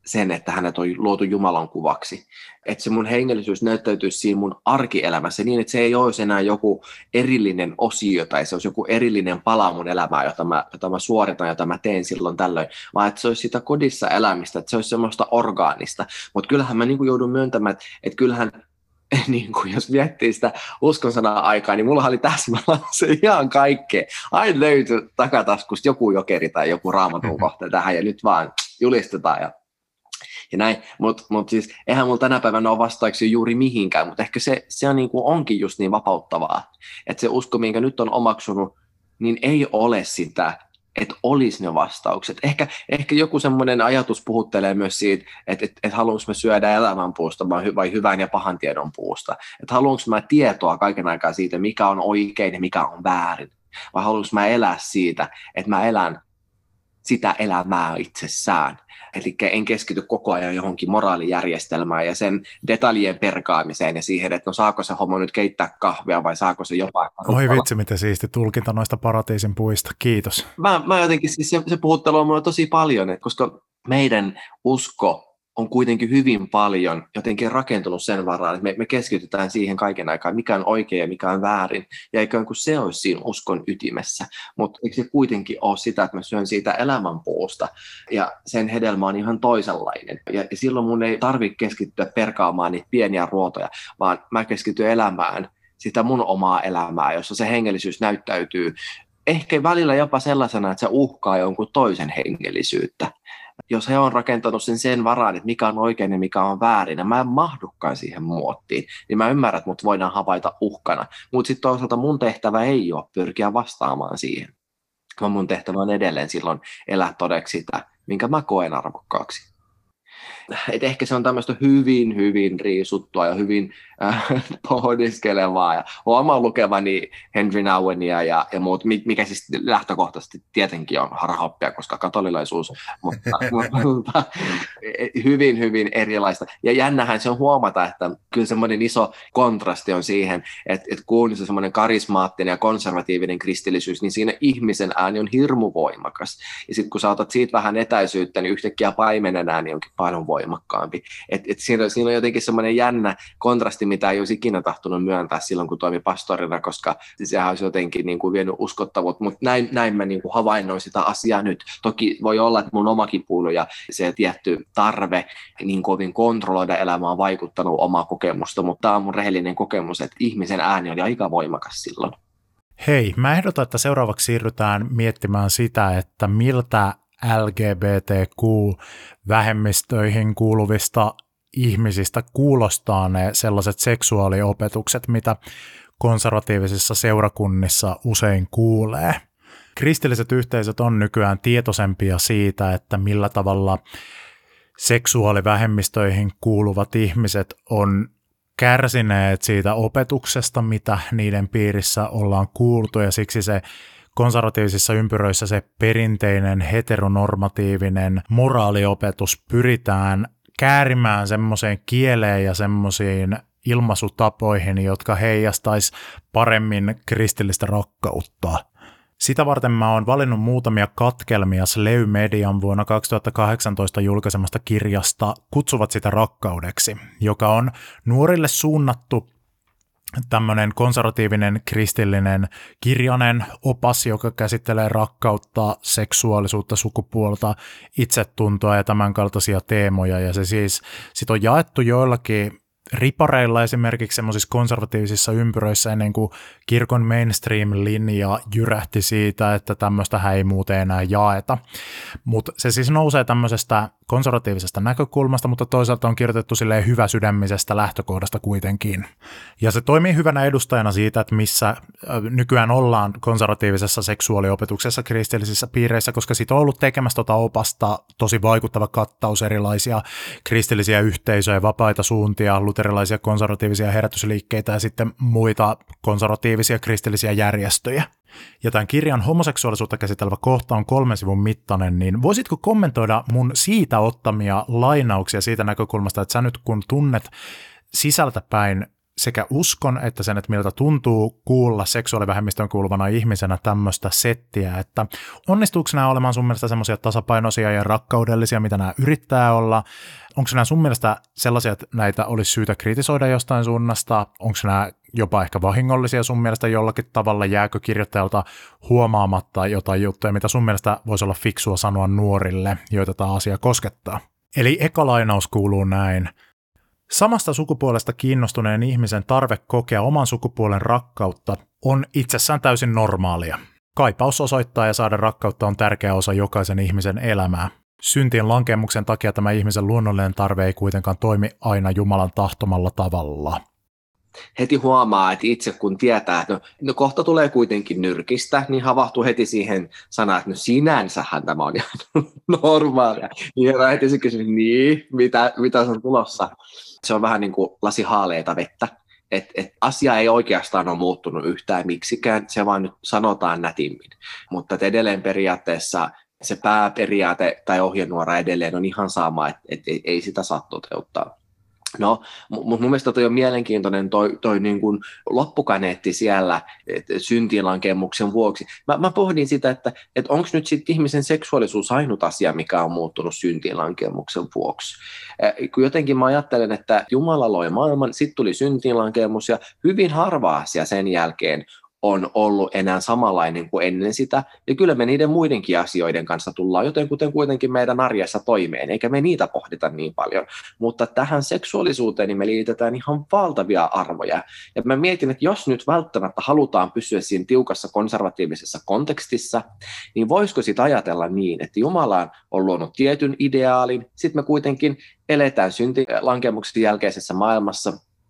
Speaker 2: sen, että hänet on luotu Jumalan kuvaksi. Että se mun hengellisyys näyttäytyisi siinä mun arkielämässä niin, että se ei olisi enää joku erillinen osio tai se olisi joku erillinen pala mun elämää, jota mä, jota mä suoritan, jota mä teen silloin tällöin, vaan että se olisi sitä kodissa elämistä, että se olisi semmoista orgaanista. Mutta kyllähän mä niin kuin joudun myöntämään, että, että kyllähän niin kuin jos miettii sitä uskon sanaa aikaa, niin mulla oli täsmällä se ihan kaikkea. Aina löytyi takataskusta joku jokeri tai joku raamatun kohta tähän ja nyt vaan julistetaan ja Ja näin, mutta mut siis eihän mulla tänä päivänä ole vastauksia juuri mihinkään, mutta ehkä se, se on niin kuin onkin just niin vapauttavaa, että se usko, minkä nyt on omaksunut, niin ei ole sitä, että olisi ne vastaukset. Ehkä, ehkä joku semmoinen ajatus puhuttelee myös siitä, että et, et haluanko mä syödä elämän puusta vai, vai hyvän ja pahan tiedon puusta. Että haluanko mä tietoa kaiken aikaa siitä, mikä on oikein ja mikä on väärin. Vai haluanko mä elää siitä, että mä elän sitä elämää itsessään. Eli en keskity koko ajan johonkin moraalijärjestelmään ja sen detaljien perkaamiseen ja siihen, että no saako se homo nyt keittää kahvia vai saako se jopa...
Speaker 1: Oi vitsi, miten siisti tulkinta noista paratiisin puista. Kiitos.
Speaker 2: Mä, mä jotenkin, siis se, se puhuttelu on mulle tosi paljon, että koska meidän usko on kuitenkin hyvin paljon jotenkin rakentunut sen varaan, että me, me keskitytään siihen kaiken aikaa, mikä on oikein ja mikä on väärin, ja ikään kuin se olisi siinä uskon ytimessä, mutta eikö se kuitenkin ole sitä, että mä syön siitä elämänpuusta, ja sen hedelmä on ihan toisenlainen, ja, ja silloin mun ei tarvitse keskittyä perkaamaan niitä pieniä ruotoja, vaan mä keskityn elämään sitä mun omaa elämää, jossa se hengellisyys näyttäytyy ehkä välillä jopa sellaisena, että se uhkaa jonkun toisen hengellisyyttä. Jos he on rakentanut sen sen varaan, että mikä on oikein ja mikä on väärin, ja mä en mahdukaan siihen muottiin, niin mä ymmärrän, että mut voidaan havaita uhkana. Mutta sitten toisaalta mun tehtävä ei ole pyrkiä vastaamaan siihen, vaan mun tehtävä on edelleen silloin elää todeksi sitä, minkä mä koen arvokkaaksi. Et ehkä se on tämmöistä hyvin, hyvin riisuttua ja hyvin äh, pohdiskelevaa. Ja olen lukevani Henry Nouwenia ja, ja muut, mikä siis lähtökohtaisesti tietenkin on harhaoppia, koska katolilaisuus, mutta, mutta hyvin, hyvin erilaista. Ja jännähän se on huomata, että kyllä semmoinen iso kontrasti on siihen, että, että kun se semmoinen karismaattinen ja konservatiivinen kristillisyys, niin siinä ihmisen ääni on hirmu voimakas. Ja sitten kun sä otat siitä vähän etäisyyttä, niin yhtäkkiä paimenen ääni onkin paljon voimakkaampi. Et, et siinä, siinä on jotenkin semmoinen jännä kontrasti, mitä ei olisi ikinä tahtonut myöntää silloin, kun toimi pastorina, koska sehän olisi jotenkin niin kuin vienyt uskottavuutta, mutta näin, näin mä niin kuin havainnoin sitä asiaa nyt. Toki voi olla, että mun omakin puulu ja se tietty tarve niin kovin kontrolloida elämää on vaikuttanut omaa kokemusta, mutta tämä on mun rehellinen kokemus, että ihmisen ääni oli aika voimakas silloin.
Speaker 1: Hei, mä ehdotan, että seuraavaksi siirrytään miettimään sitä, että miltä L G B T Q-vähemmistöihin kuuluvista ihmisistä kuulostaa ne sellaiset seksuaaliopetukset, mitä konservatiivisissa seurakunnissa usein kuulee. Kristilliset yhteisöt on nykyään tietoisempia siitä, että millä tavalla seksuaalivähemmistöihin kuuluvat ihmiset on kärsineet siitä opetuksesta, mitä niiden piirissä ollaan kuultu, ja siksi se konservatiivisissa ympyröissä se perinteinen heteronormatiivinen moraaliopetus pyritään käärimään semmoiseen kieleen ja semmoisiin ilmaisutapoihin, jotka heijastaisi paremmin kristillistä rakkautta. Sitä varten mä oon valinnut muutamia katkelmia Slay Median vuonna kaksituhattakahdeksantoista julkaisemasta kirjasta Kutsuvat sitä rakkaudeksi, joka on nuorille suunnattu tämmöinen konservatiivinen kristillinen kirjainen opas, joka käsittelee rakkautta, seksuaalisuutta, sukupuolta, itsetuntoa ja tämän kaltaisia teemoja. Ja se siis sit on jaettu joillakin ripareilla esimerkiksi semmoisissa konservatiivisissa ympyröissä ennen kuin kirkon mainstream-linja jyrähti siitä, että tämmöistä ei muuten enää jaeta. Mutta se siis nousee tämmöisestä konservatiivisesta näkökulmasta, mutta toisaalta on kirjoitettu silleen hyväsydämisestä lähtökohdasta kuitenkin. Ja se toimii hyvänä edustajana siitä, että missä nykyään ollaan konservatiivisessa seksuaaliopetuksessa kristillisissä piireissä, koska siitä on ollut tekemässä tuota opasta tosi vaikuttava kattaus erilaisia kristillisiä yhteisöjä, vapaita suuntia, luterilaisia konservatiivisia herätysliikkeitä ja sitten muita konservatiivisia kristillisiä järjestöjä. Ja tämän kirjan homoseksuaalisuutta käsittelevä kohta on kolmen sivun mittainen, niin voisitko kommentoida mun siitä ottamia lainauksia siitä näkökulmasta, että sä nyt kun tunnet sisältäpäin sekä uskon että sen, että miltä tuntuu kuulla seksuaalivähemmistöön kuuluvana ihmisenä tämmöistä settiä, että onnistuuko nämä olemaan sun mielestä semmoisia tasapainoisia ja rakkaudellisia, mitä nämä yrittää olla? Onko nämä sun mielestä sellaisia, että näitä olisi syytä kritisoida jostain suunnasta? Onko nämä jopa ehkä vahingollisia sun mielestä jollakin tavalla? Jääkö kirjoittajalta huomaamatta jotain juttuja, mitä sun mielestä voisi olla fiksua sanoa nuorille, joita tämä asia koskettaa? Eli eka lainaus kuuluu näin. Samasta sukupuolesta kiinnostuneen ihmisen tarve kokea oman sukupuolen rakkautta on itsessään täysin normaalia. Kaipaus osoittaa ja saada rakkautta on tärkeä osa jokaisen ihmisen elämää. Syntien lankemuksen takia tämä ihmisen luonnollinen tarve ei kuitenkaan toimi aina Jumalan tahtomalla tavalla.
Speaker 2: Heti huomaa, että itse kun tietää, että no, no kohta tulee kuitenkin nyrkistä, niin havahtuu heti siihen sanaan, että no sinänsähän tämä on ihan normaalia. Ja heti se kysyy, niin, mitä, mitä on tulossa? Se on vähän niin kuin lasi haaleita vettä. Että et asia ei oikeastaan ole muuttunut yhtään miksikään, se vaan nyt sanotaan nätimmin. Mutta edelleen periaatteessa se pääperiaate tai ohjenuora edelleen on ihan sama, että et ei sitä saa toteuttaa. No, mutta mun mielestä toi on mielenkiintoinen toi, toi niin kuin loppukaneetti siellä syntiinlankemuksen vuoksi. Mä, mä pohdin sitä, että, että onko nyt sitten ihmisen seksuaalisuus ainut asia, mikä on muuttunut syntiinlankemuksen vuoksi. Eh, kun jotenkin mä ajattelen, että Jumala loi maailman, sitten tuli syntiinlankemus ja hyvin harva asia sen jälkeen on ollut enää samanlainen kuin ennen sitä, ja kyllä me niiden muidenkin asioiden kanssa tullaan joten kuten kuitenkin meidän arjessa toimeen, eikä me niitä pohdita niin paljon, mutta tähän seksuaalisuuteen niin me liitetään ihan valtavia arvoja, ja mä mietin, että jos nyt välttämättä halutaan pysyä siinä tiukassa konservatiivisessa kontekstissa, niin voisiko sitä ajatella niin, että Jumala on luonut tietyn ideaalin, sitten me kuitenkin eletään syntilankemuksen jälkeisessä maailmassa,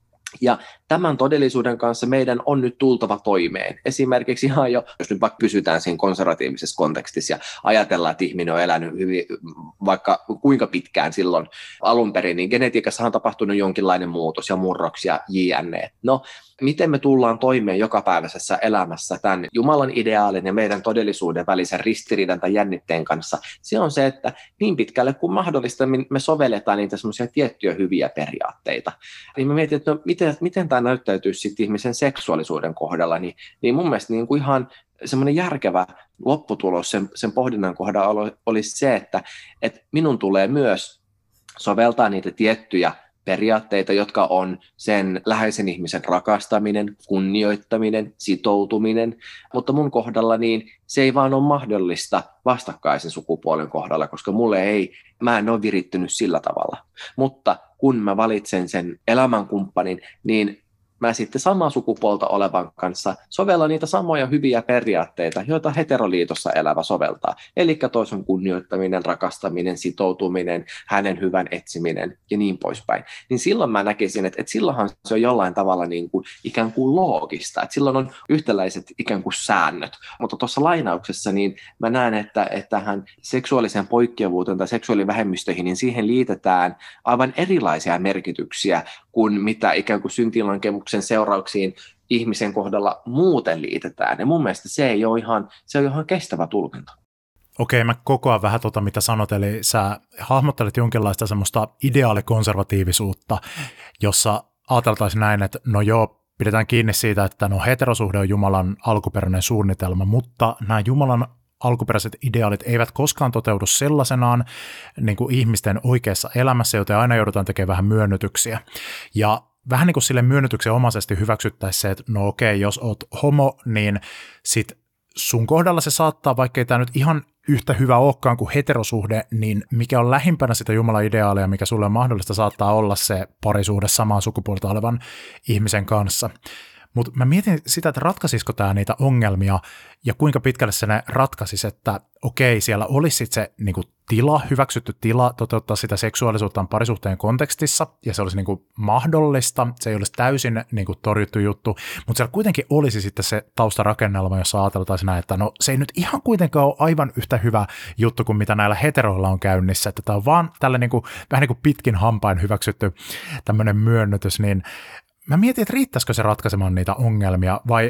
Speaker 2: ja tämän todellisuuden kanssa meidän on nyt tultava toimeen. Esimerkiksi ihan jo, jos nyt vaikka pysytään siinä konservatiivisessa kontekstissa ja ajatellaan, että ihminen on elänyt hyvin, vaikka kuinka pitkään silloin alun perin, niin genetiikassa on tapahtunut jonkinlainen muutos ja murroksia jne. No, miten me tullaan toimeen jokapäiväisessä elämässä tämän Jumalan ideaalin ja meidän todellisuuden välisen ristiriidan tai jännitteen kanssa? Se on se, että niin pitkälle kuin mahdollista me sovelletaan niitä semmoisia tiettyjä hyviä periaatteita. Niin mä mietin, että no, miten, miten tämä näyttäytyy sitten ihmisen seksuaalisuuden kohdalla, niin, niin mun mielestä niin kuin ihan semmoinen järkevä lopputulos sen, sen pohdinnan kohdalla olisi se, että, että minun tulee myös soveltaa niitä tiettyjä periaatteita, jotka on sen läheisen ihmisen rakastaminen, kunnioittaminen, sitoutuminen, mutta mun kohdalla niin se ei vaan ole mahdollista vastakkaisen sukupuolen kohdalla, koska mulle ei, mä en ole virittynyt sillä tavalla. Mutta kun mä valitsen sen elämänkumppanin, niin mä sitten samaa sukupuolta olevan kanssa sovellan niitä samoja hyviä periaatteita, joita heteroliitossa elävä soveltaa. Eli toisen kunnioittaminen, rakastaminen, sitoutuminen, hänen hyvän etsiminen ja niin poispäin. Niin silloin mä näkisin, että, että silloinhan se on jollain tavalla niin kuin, ikään kuin loogista, että silloin on yhtäläiset ikään kuin säännöt. Mutta tuossa lainauksessa niin mä näen, että, että tähän seksuaaliseen poikkeavuuteen tai seksuaalivähemmistöihin, niin siihen liitetään aivan erilaisia merkityksiä kuin mitä ikään kuin syntiinlankemuksen seurauksiin ihmisen kohdalla muuten liitetään. Ja mun mielestä se ei ole ihan, se on ihan kestävä tulkinta.
Speaker 1: Okei, mä kokoan vähän tota, mitä sanot, eli sä hahmottelet jonkinlaista semmoista ideaalikonservatiivisuutta, jossa ajateltaisiin näin, että no joo, pidetään kiinni siitä, että no heterosuhde on Jumalan alkuperäinen suunnitelma, mutta nämä Jumalan alkuperäiset ideaalit eivät koskaan toteudu sellaisenaan niin kuin ihmisten oikeassa elämässä, joten aina joudutaan tekemään vähän myönnytyksiä. Ja vähän niin kuin sille myönnytyksen omaisesti hyväksyttäisiin se, että no okei, jos oot homo, niin sit sun kohdalla se saattaa, vaikka ei tämä nyt ihan yhtä hyvä olekaan kuin heterosuhde, niin mikä on lähimpänä sitä Jumalan ideaalia, mikä sulle on mahdollista, saattaa olla se parisuhde samaa sukupuolta olevan ihmisen kanssa. Mutta mä mietin sitä, että ratkaisisiko tämä niitä ongelmia ja kuinka pitkälle se ne ratkaisisi, että okei, siellä olisi sitten se niinku tila, hyväksytty tila toteuttaa sitä seksuaalisuuttaan parisuhteen kontekstissa ja se olisi niinku mahdollista, se ei olisi täysin niinku torjuttu juttu, mutta siellä kuitenkin olisi sitten se taustarakennelma, jossa ajateltaisiin näin, että no se ei nyt ihan kuitenkaan ole aivan yhtä hyvä juttu kuin mitä näillä heteroilla on käynnissä, että tämä on vaan tällä niinku, vähän niin kuin pitkin hampain hyväksytty tämmöinen myönnytys, niin mä mietin, että riittäisikö se ratkaisemaan niitä ongelmia vai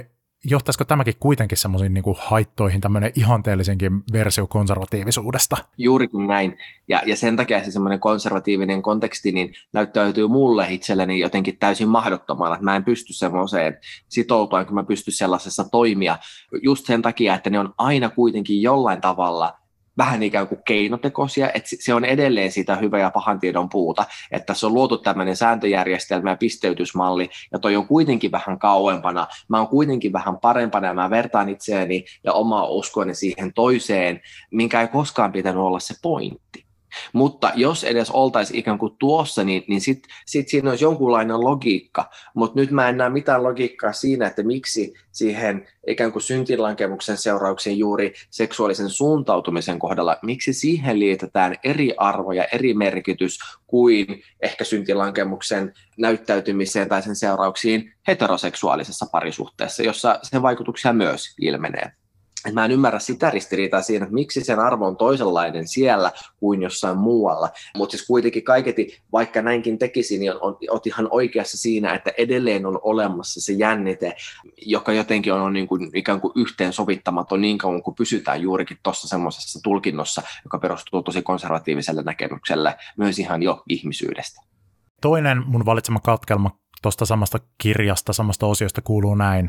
Speaker 1: johtaisiko tämäkin kuitenkin semmoisiin niin kuin haittoihin, tämmöinen ihanteellisenkin versio konservatiivisuudesta?
Speaker 2: Juurikin näin. Ja, ja sen takia se semmoinen konservatiivinen konteksti niin näyttäytyy mulle itselleni jotenkin täysin mahdottomana, että mä en pysty semmoiseen sitoutua, kun mä pysty sellaisessa toimia. Just sen takia, että ne on aina kuitenkin jollain tavalla vähän ikään kuin keinotekoisia, että se on edelleen sitä hyvä ja pahan tiedon puuta, että se on luotu tämmöinen sääntöjärjestelmä ja pisteytysmalli, ja toi on kuitenkin vähän kauempana, mä oon kuitenkin vähän parempana, ja mä vertaan itseäni ja omaa uskoani siihen toiseen, minkä ei koskaan pitänyt olla se pointti. Mutta jos edes oltaisiin ikään kuin tuossa, niin, niin sitten sit siinä olisi jonkunlainen logiikka, mutta nyt mä en näe mitään logiikkaa siinä, että miksi siihen ikään kuin syntilankemuksen seurauksiin juuri seksuaalisen suuntautumisen kohdalla, miksi siihen liitetään eri arvo ja eri merkitys kuin ehkä syntilankemuksen näyttäytymiseen tai sen seurauksiin heteroseksuaalisessa parisuhteessa, jossa sen vaikutuksia myös ilmenee. Mä en ymmärrä sitä ristiriitaa siinä, että miksi sen arvo on toisenlainen siellä kuin jossain muualla. Mutta siis kuitenkin kaiketi, vaikka näinkin tekisi, niin on, on ihan oikeassa siinä, että edelleen on olemassa se jännite, joka jotenkin on, on niin kuin, ikään kuin yhteensovittamaton niin kauan kuin pysytään juurikin tuossa semmoisessa tulkinnossa, joka perustuu tosi konservatiiviselle näkemykselle myös ihan jo ihmisyydestä.
Speaker 1: Toinen mun valitsema katkelma tuosta samasta kirjasta, samasta osiosta kuuluu näin.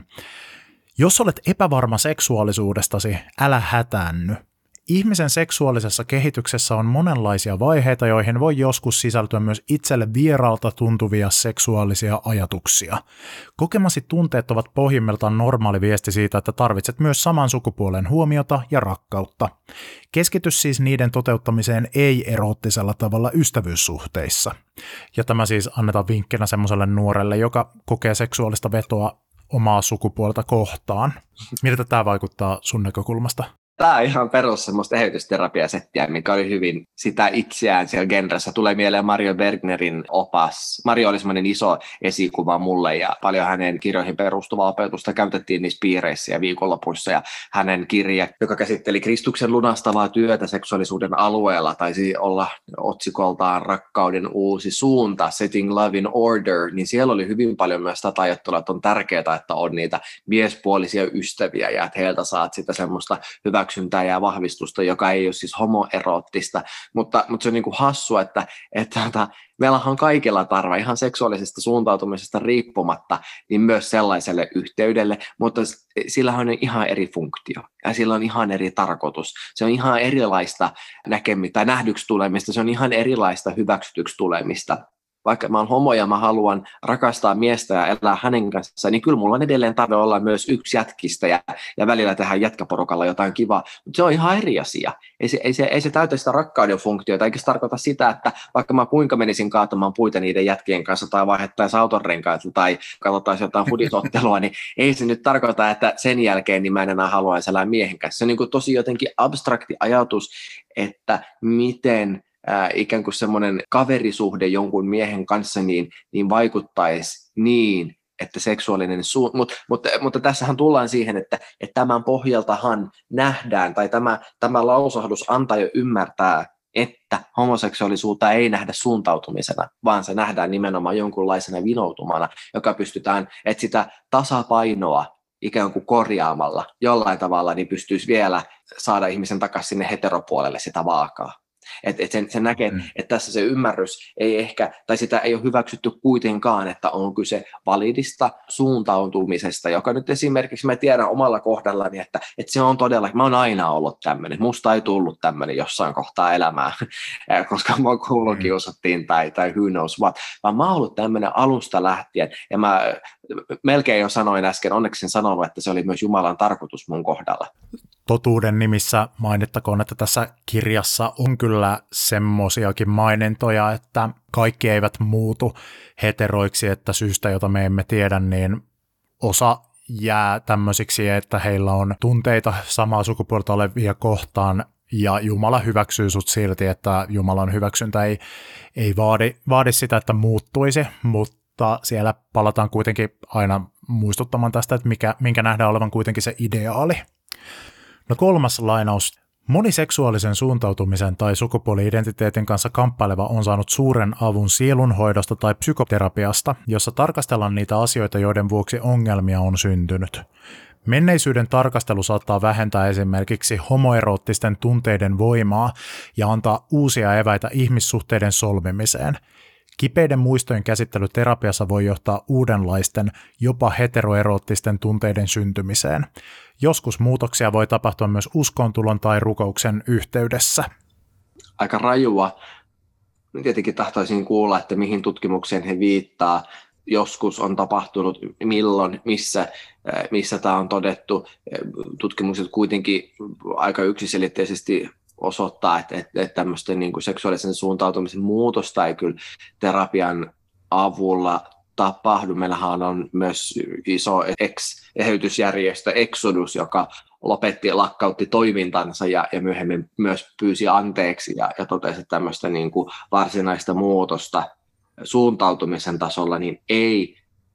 Speaker 1: Jos olet epävarma seksuaalisuudestasi, älä hätäänny. Ihmisen seksuaalisessa kehityksessä on monenlaisia vaiheita, joihin voi joskus sisältyä myös itselle vieraalta tuntuvia seksuaalisia ajatuksia. Kokemasi tunteet ovat pohjimmiltaan normaali viesti siitä, että tarvitset myös saman sukupuolen huomiota ja rakkautta. Keskity siis niiden toteuttamiseen ei-eroottisella tavalla ystävyyssuhteissa. Ja tämä siis annetaan vinkkinä semmoiselle nuorelle, joka kokee seksuaalista vetoa omaa sukupuolta kohtaan. Miltä tämä vaikuttaa sun näkökulmasta?
Speaker 2: Tämä on ihan perus semmoista eheytysterapiasettiä, mikä oli hyvin sitä itseään siellä genressä. Tulee mieleen Mario Bergnerin opas. Mario oli semmoinen iso esikuva mulle ja paljon hänen kirjoihin perustuvaa opetusta käytettiin niissä piireissä ja viikonlopuissa. Ja hänen kirje, joka käsitteli Kristuksen lunastavaa työtä seksuaalisuuden alueella, taisi olla otsikoltaan Rakkauden uusi suunta, Setting Love in Order, niin siellä oli hyvin paljon myös tätä ajattelua, että on tärkeää, että on niitä miespuolisia ystäviä ja että heiltä saat sitä semmoista hyvää hyväksyntää ja vahvistusta, joka ei ole siis homoeroottista, mutta, mutta se on niin kuin hassua, että, että, että meillä on kaikilla tarve ihan seksuaalisesta suuntautumisesta riippumatta, niin myös sellaiselle yhteydelle, mutta sillä on ihan eri funktio ja sillä on ihan eri tarkoitus. Se on ihan erilaista näkemistä tai nähdyksi tulemista, se on ihan erilaista hyväksytyksi tulemista. Vaikka mä oon homo ja mä haluan rakastaa miestä ja elää hänen kanssaan, niin kyllä mulla on edelleen tarve olla myös yksi jätkistä ja, ja välillä tehdä jätkäporukalla jotain kivaa. Mutta se on ihan eri asia. Ei se, ei se, ei se täytä sitä rakkauden funktiota, eikä se tarkoita sitä, että vaikka mä kuinka menisin kaatamaan puita niiden jätkien kanssa tai vaihettaisiin autonrenkaita tai katsotaan jotain fudisottelua, niin ei se nyt tarkoita, että sen jälkeen niin mä en enää haluaisi elää miehen kanssa. Se on niin kuin tosi jotenkin abstrakti ajatus, että miten Äh, ikään kuin semmoinen kaverisuhde jonkun miehen kanssa niin, niin vaikuttaisi niin, että seksuaalinen su- Mut, mutta, mutta tässähän tullaan siihen, että, että tämän pohjaltahan nähdään, tai tämä, tämä lausahdus antaa jo ymmärtää, että homoseksuaalisuutta ei nähdä suuntautumisena, vaan se nähdään nimenomaan jonkunlaisena vinoutumana, joka pystytään, että sitä tasapainoa ikään kuin korjaamalla jollain tavalla, niin pystyisi vielä saada ihmisen takaisin sinne heteropuolelle sitä vaakaa. Että et sen, sen näkee, mm. että tässä se ymmärrys ei ehkä, tai sitä ei ole hyväksytty kuitenkaan, että on kyse validista suuntautumisesta, joka nyt esimerkiksi mä tiedän omalla kohdallani, että, että se on todella, mä oon aina ollut tämmöinen, musta ei tullut tämmöinen jossain kohtaa elämää, koska mua koulukiusattiin tai, tai who knows what, vaan mä oon ollut tämmöinen alusta lähtien, ja mä melkein jo sanoin äsken, onneksi en sanonut, että se oli myös Jumalan tarkoitus mun kohdalla.
Speaker 1: Totuuden nimissä mainittakoon, että tässä kirjassa on kyllä semmoisiakin mainintoja, että kaikki eivät muutu heteroiksi, että syystä, jota me emme tiedä, niin osa jää tämmöisiksi, että heillä on tunteita samaa sukupuolta olevia kohtaan, ja Jumala hyväksyy sut silti, että Jumalan hyväksyntä ei, ei vaadi, vaadi sitä, että muuttuisi, mutta siellä palataan kuitenkin aina muistuttamaan tästä, että mikä, minkä nähdään olevan kuitenkin se ideaali. No kolmas lainaus. Moni seksuaalisen suuntautumisen tai sukupuoli-identiteetin kanssa kamppaileva on saanut suuren avun sielunhoidosta tai psykoterapiasta, jossa tarkastellaan niitä asioita, joiden vuoksi ongelmia on syntynyt. Menneisyyden tarkastelu saattaa vähentää esimerkiksi homoeroottisten tunteiden voimaa ja antaa uusia eväitä ihmissuhteiden solmimiseen. Kipeiden muistojen käsittely terapiassa voi johtaa uudenlaisten, jopa heteroeroottisten tunteiden syntymiseen. Joskus muutoksia voi tapahtua myös uskontulon tai rukouksen yhteydessä.
Speaker 2: Aika rajua. Tietenkin tahtoisin kuulla, että mihin tutkimukseen he viittaa. Joskus on tapahtunut, milloin, missä, missä tämä on todettu. Tutkimukset kuitenkin aika yksiselitteisesti osoittaa, että, että, että tämmöisten niin kuin seksuaalisen suuntautumisen muutosta ei kyllä terapian avulla tapahdu. Meillähän on myös iso ex-eheytysjärjestö Exodus, joka lopetti, lakkautti toimintansa ja, ja myöhemmin myös pyysi anteeksi ja, ja totesi, että tämmöistä niin kuin varsinaista muutosta suuntautumisen tasolla niin ei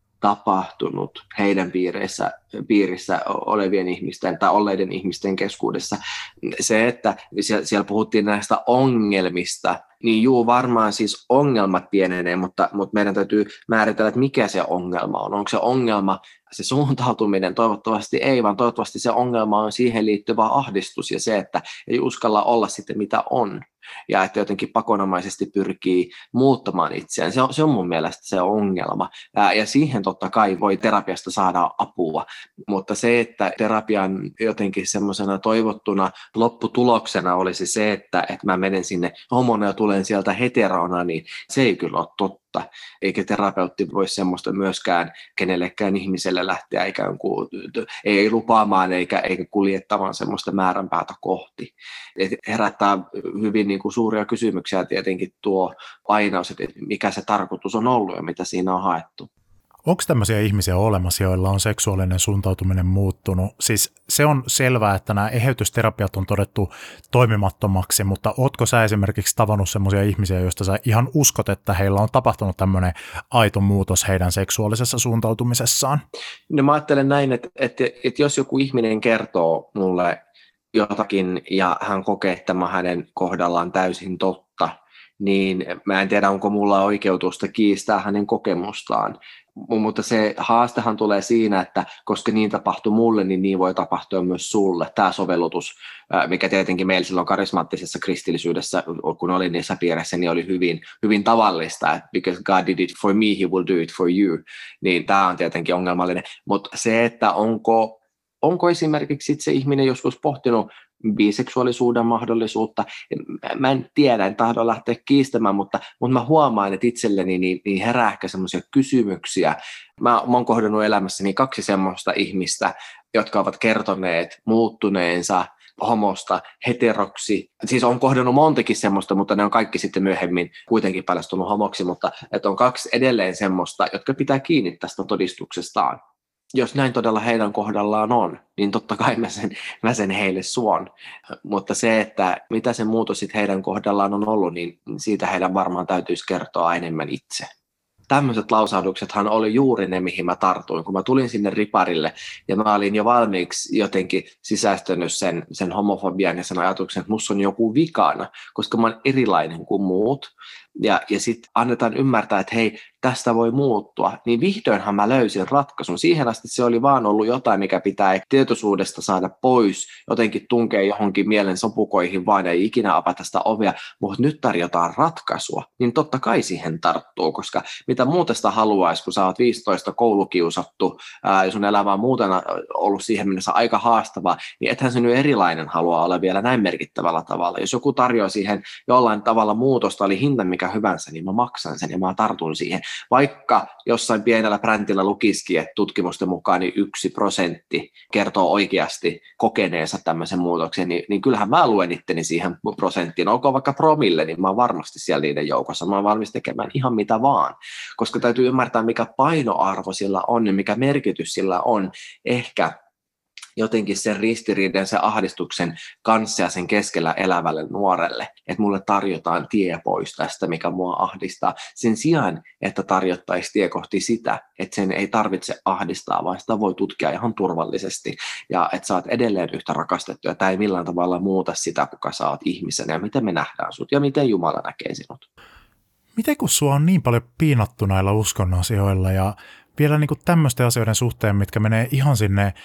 Speaker 2: tapahtunut heidän piirissä, piirissä olevien ihmisten tai olleiden ihmisten keskuudessa. Se, että siellä, siellä puhuttiin näistä ongelmista, niin juu, varmaan siis ongelmat pienenee, mutta, mutta meidän täytyy määritellä, että mikä se ongelma on. Onko se ongelma se suuntautuminen? Toivottavasti ei, vaan toivottavasti se ongelma on siihen liittyvä ahdistus ja se, että ei uskalla olla sitten mitä on. Ja että jotenkin pakonomaisesti pyrkii muuttamaan itseään. Se on, se on mun mielestä se ongelma. Ää, ja siihen totta kai voi terapiasta saada apua. Mutta se, että terapian jotenkin semmoisena toivottuna lopputuloksena olisi se, että, että mä menen sinne homona ja tulen sieltä heterona, niin se ei kyllä ole totta. Eikä terapeutti voi semmoista myöskään kenellekään ihmiselle lähteä ikään kuin ei lupaamaan eikä, eikä kuljettamaan semmoista määränpäätä kohti. Et herättää hyvin niin kuin suuria kysymyksiä tietenkin tuo ainaus, että mikä se tarkoitus on ollut ja mitä siinä on haettu.
Speaker 1: Onko tämmöisiä ihmisiä olemassa, joilla on seksuaalinen suuntautuminen muuttunut? Siis se on selvää, että nämä eheytysterapiat on todettu toimimattomaksi, mutta ootko sä esimerkiksi tavannut semmoisia ihmisiä, joista sä ihan uskot, että heillä on tapahtunut tämmöinen aito muutos heidän seksuaalisessa suuntautumisessaan?
Speaker 2: No mä ajattelen näin, että, että, että jos joku ihminen kertoo mulle jotakin ja hän kokee, että tämä hänen kohdallaan täysin totta, niin mä en tiedä, onko mulla oikeutusta kiistää hänen kokemustaan. Mutta se haastehan tulee siinä, että koska niin tapahtui mulle, niin niin voi tapahtua myös sulle. Tämä sovellutus, mikä tietenkin meillä silloin karismaattisessa kristillisyydessä, kun olin niissä piirissä, niin oli hyvin, hyvin tavallista, että because God did it for me, he will do it for you. Niin tämä on tietenkin ongelmallinen. Mutta se, että onko, onko esimerkiksi se ihminen joskus pohtinut biseksuaalisuuden mahdollisuutta. Mä en tiedä, en tahdo lähteä kiistämään, mutta, mutta mä huomaan, että itselleni niin, niin herää ehkä semmoisia kysymyksiä. Mä, mä oon kohdannut elämässäni kaksi semmoista ihmistä, jotka ovat kertoneet muuttuneensa homosta heteroksi. Siis on kohdannut montakin semmoista, mutta ne on kaikki sitten myöhemmin kuitenkin paljastunut homoksi, mutta että on kaksi edelleen semmoista, jotka pitää kiinni tästä todistuksestaan. Jos näin todella heidän kohdallaan on, niin totta kai mä sen, mä sen heille suon. Mutta se, että mitä se muutos sitten heidän kohdallaan on ollut, niin siitä heidän varmaan täytyisi kertoa enemmän itse. Tämmöiset lausahduksethan oli juuri ne, mihin mä tartuin, kun mä tulin sinne riparille ja mä olin jo valmiiksi jotenkin sisäistänyt sen, sen homofobian ja sen ajatuksen, että musta on joku vikana, koska mä oon erilainen kuin muut. Ja, ja sitten annetaan ymmärtää, että hei, tästä voi muuttua, niin vihdoinhan mä löysin ratkaisun. Siihen asti se oli vaan ollut jotain, mikä pitää tietoisuudesta saada pois, jotenkin tunkea johonkin mielen sopukoihin vaan, ei ikinä avata sitä ovea, mutta nyt tarjotaan ratkaisua, niin totta kai siihen tarttuu, koska mitä muuta sitä haluaisi, kun sä oot viisitoista koulukiusattu, ää, ja sun elämä on muuten ollut siihen mennessä aika haastavaa, niin ethän se nyt erilainen halua olla vielä näin merkittävällä tavalla. Jos joku tarjoaa siihen jollain tavalla muutosta, oli hinta mikä hyvänsä, niin mä maksan sen ja mä tartun siihen. Vaikka jossain pienellä brändillä lukisikin, että tutkimusten mukaan niin yksi prosentti kertoo oikeasti kokeneensa tämmöisen muutoksen, niin, niin kyllähän mä luen itteni siihen prosenttiin. Olkoon vaikka promille, niin mä oon varmasti siellä niiden joukossa. Mä oon valmis tekemään ihan mitä vaan, koska täytyy ymmärtää, mikä painoarvo sillä on ja mikä merkitys sillä on. Ehkä jotenkin sen ristiriidan, sen ahdistuksen kanssa ja sen keskellä elävälle nuorelle, että mulle tarjotaan tie pois tästä, mikä mua ahdistaa, sen sijaan, että tarjottaisiin tie kohti sitä, että sen ei tarvitse ahdistaa, vaan sitä voi tutkia ihan turvallisesti, ja että sä oot edelleen yhtä rakastettu, ja tämä ei millään tavalla muuta sitä, kuka sä oot ihmisenä, ja miten me nähdään sut, ja miten Jumala näkee sinut.
Speaker 1: Miten kun sua on niin paljon piinattu näillä uskon asioilla, ja vielä niin kuin tämmöisten asioiden suhteen, mitkä menee ihan sinne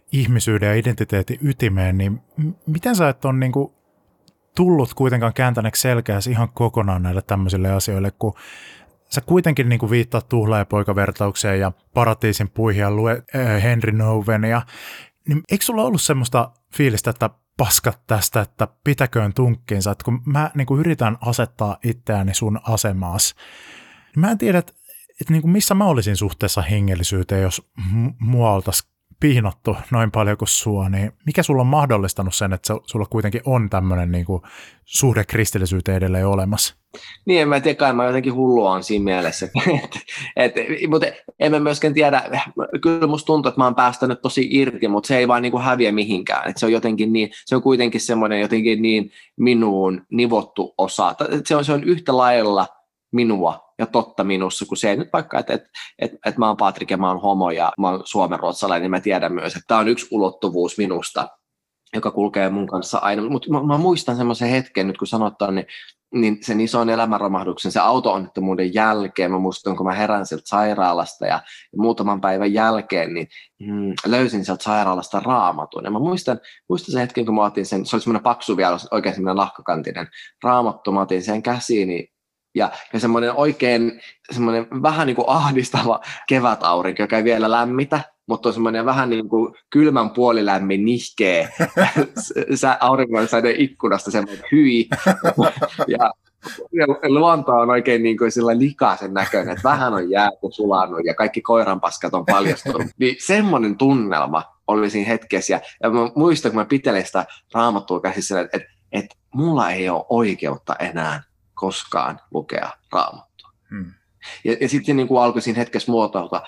Speaker 1: ihmisyyden ja identiteetin ytimeen, niin miten sä et ole niin kuin tullut kuitenkaan kääntäneeksi selkääsi ihan kokonaan näille tämmöisille asioille, kun sä kuitenkin niin kuin viittaat tuhlaajapoikavertaukseen ja Paratiisin puihin ja lue äh, Henry Nouwenia, niin eikö sulla ollut semmoista fiilistä, että paskat tästä, että pitäköön tunkkiinsa, että kun mä niin kuin yritän asettaa itseäni sun asemaas, niin mä en tiedä, että, että niin kuin missä mä olisin suhteessa hengellisyyteen, jos m- mua oltaisiin piinottu noin paljon kuin sua, niin mikä sulla on mahdollistanut sen, että sulla kuitenkin on tämmöinen niin kuin suhde kristillisyyteen edelleen olemassa?
Speaker 2: Niin, en mä tiedä, kai mä jotenkin hullua on siinä mielessä, et, et, mutta en mä myöskään tiedä, kyllä musta tuntuu, että mä oon päästänyt tosi irti, mutta se ei vaan niin kuin häviä mihinkään, että se on jotenkin niin, se on kuitenkin semmoinen jotenkin niin minuun nivottu osa, se on, se on yhtä lailla minua ja totta minussa, kun se ei nyt vaikka, että et, et, et mä oon Patrik ja mä oon homo ja mä oon suomenruotsalainen, niin mä tiedän myös, että tämä on yksi ulottuvuus minusta, joka kulkee mun kanssa aina, mutta mä, mä muistan semmoisen hetken nyt, kun sanottaan, niin niin sen ison elämänromahduksen, se auto-onnettomuuden jälkeen, mä muistan, kun mä herään sieltä sairaalasta ja, ja muutaman päivän jälkeen, niin mm, löysin sieltä sairaalasta Raamatun. Ja mä muistan, muistan sen hetken, kun mä otin sen, se oli semmoinen paksu vielä, oikein semmoinen nahkakantinen Raamattu, mä otin sen käsiini, ja, ja semmoinen oikein, semmoinen vähän niin kuin ahdistava kevätaurinko, joka ei vielä lämmitä, mutta on semmoinen vähän niin kuin kylmän puolilämmin nihkeä sä auringonsäde ikkunasta semmoinen hyi. Ja, ja luonto on oikein niin kuin sillä likaisen näköinen, että vähän on jääty sulannut ja kaikki koiranpaskat on paljastunut. Niin semmoinen tunnelma oli siinä hetkessä. Ja, ja mä muistan, kun mä pitelen sitä Raamattua käsissä, että, että, että mulla ei ole oikeutta enää koskaan lukea Raamattua. Hmm. Ja, ja sitten niin kuin alkoi siinä hetkessä muotoutua,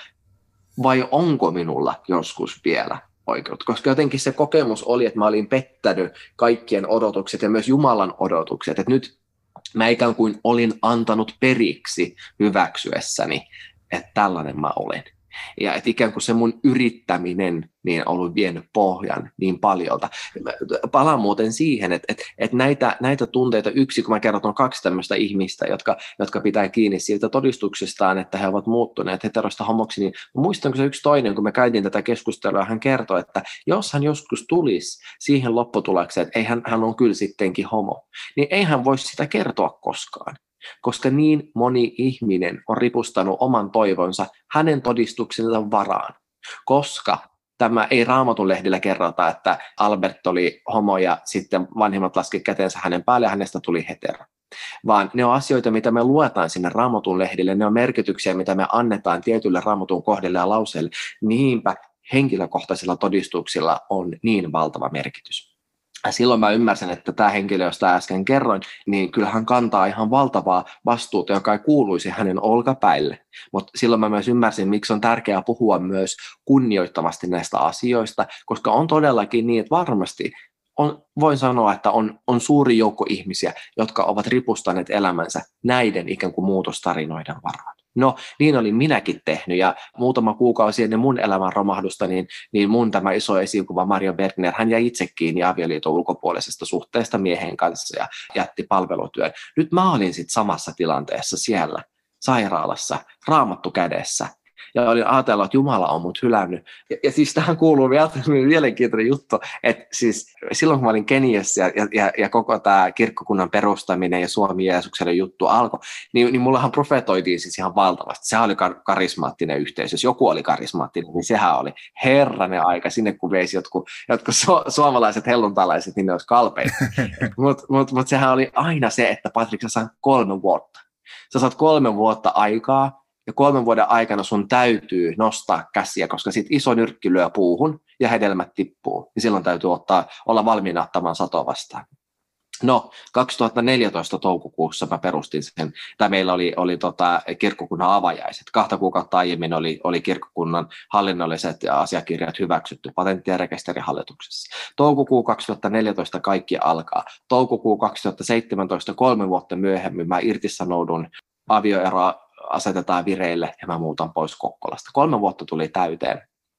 Speaker 2: vai onko minulla joskus vielä oikeutta? Koska jotenkin se kokemus oli, että mä olin pettänyt kaikkien odotukset ja myös Jumalan odotukset. Että nyt mä ikään kuin olin antanut periksi hyväksyessäni, että tällainen mä olen. Ja että ikään kuin se mun yrittäminen niin on ollut vienyt pohjan niin paljolta. Palaan muuten siihen, että, että, että näitä, näitä tunteita yksi, kun mä kerron, on kaksi tämmöistä ihmistä, jotka, jotka pitää kiinni siitä todistuksestaan, että he ovat muuttuneet heterosta homoksi, niin muistan, kun se yksi toinen, kun me käytiin tätä keskustelua, hän kertoi, että jos hän joskus tulisi siihen lopputulokseen, että ei hän, hän on kyllä sittenkin homo, niin ei hän voisi sitä kertoa koskaan. Koska niin moni ihminen on ripustanut oman toivonsa hänen todistuksensa varaan. Koska tämä ei Raamatun lehdillä kerrota, että Albert oli homo ja sitten vanhemmat laski käteensä hänen päälle ja hänestä tuli hetero. Vaan ne on asioita, mitä me luetaan sinne Raamatun lehdille, ne on merkityksiä, mitä me annetaan tietylle Raamatun kohdille ja lauseille. Niinpä henkilökohtaisilla todistuksilla on niin valtava merkitys. Silloin mä ymmärsin, että tämä henkilö, josta äsken kerroin, niin kyllä hän kantaa ihan valtavaa vastuuta, joka ei kuuluisi hänen olkapäille. Mutta silloin mä myös ymmärsin, miksi on tärkeää puhua myös kunnioittavasti näistä asioista, koska on todellakin niin, että varmasti on, voin sanoa, että on, on suuri joukko ihmisiä, jotka ovat ripustaneet elämänsä näiden ikään kuin muutostarinoiden varaan. No, niin olin minäkin tehnyt, ja muutama kuukausi ennen mun elämän romahdusta, niin, niin mun tämä iso esikuva Mario Bergner, hän jäi itse kiinni avioliiton ulkopuolisesta suhteesta miehen kanssa ja jätti palvelutyön. Nyt mä olin sitten samassa tilanteessa siellä sairaalassa, raamattu kädessä, ja olin ajatellut, että Jumala on mut hylännyt. Ja, ja siis tähän kuuluu vielä mielenkiintoinen juttu, että siis silloin kun mä olin Keniassa ja, ja, ja koko tämä kirkkokunnan perustaminen ja Suomi Jeesukselle juttu alkoi, niin, niin mullahan profetoitiin siis ihan valtavasti. Sehän oli kar- karismaattinen yhteisö. Jos joku oli karismaattinen, niin sehän oli herranen aika. Sinne kun veisi jotkut, jotkut su- suomalaiset helluntalaiset, niin ne olisi kalpeita. Mutta mut, mut sehän oli aina se, että Patrik, sä saat kolme vuotta. Sä saat kolme vuotta aikaa, ja kolmen vuoden aikana sun täytyy nostaa käsiä, koska sitten iso nyrkki lyö puuhun ja hedelmät tippuu. Ja silloin täytyy ottaa, olla valmiina ottamaan satoa vastaan. No, kaksituhattaneljätoista toukokuussa mä perustin sen, tai meillä oli, oli tota, kirkkokunnan avajaiset. Kahta kuukautta aiemmin oli, oli kirkkokunnan hallinnolliset asiakirjat hyväksytty patentti- ja rekisterihallituksessa. Toukokuu kaksituhattaneljätoista kaikki alkaa. Toukokuu kaksituhattaseitsemäntoista, kolme vuotta myöhemmin, mä irtisanoudun, avioero asetetaan vireille ja mä muutan pois Kokkolasta. Kolme vuotta tuli täyteen.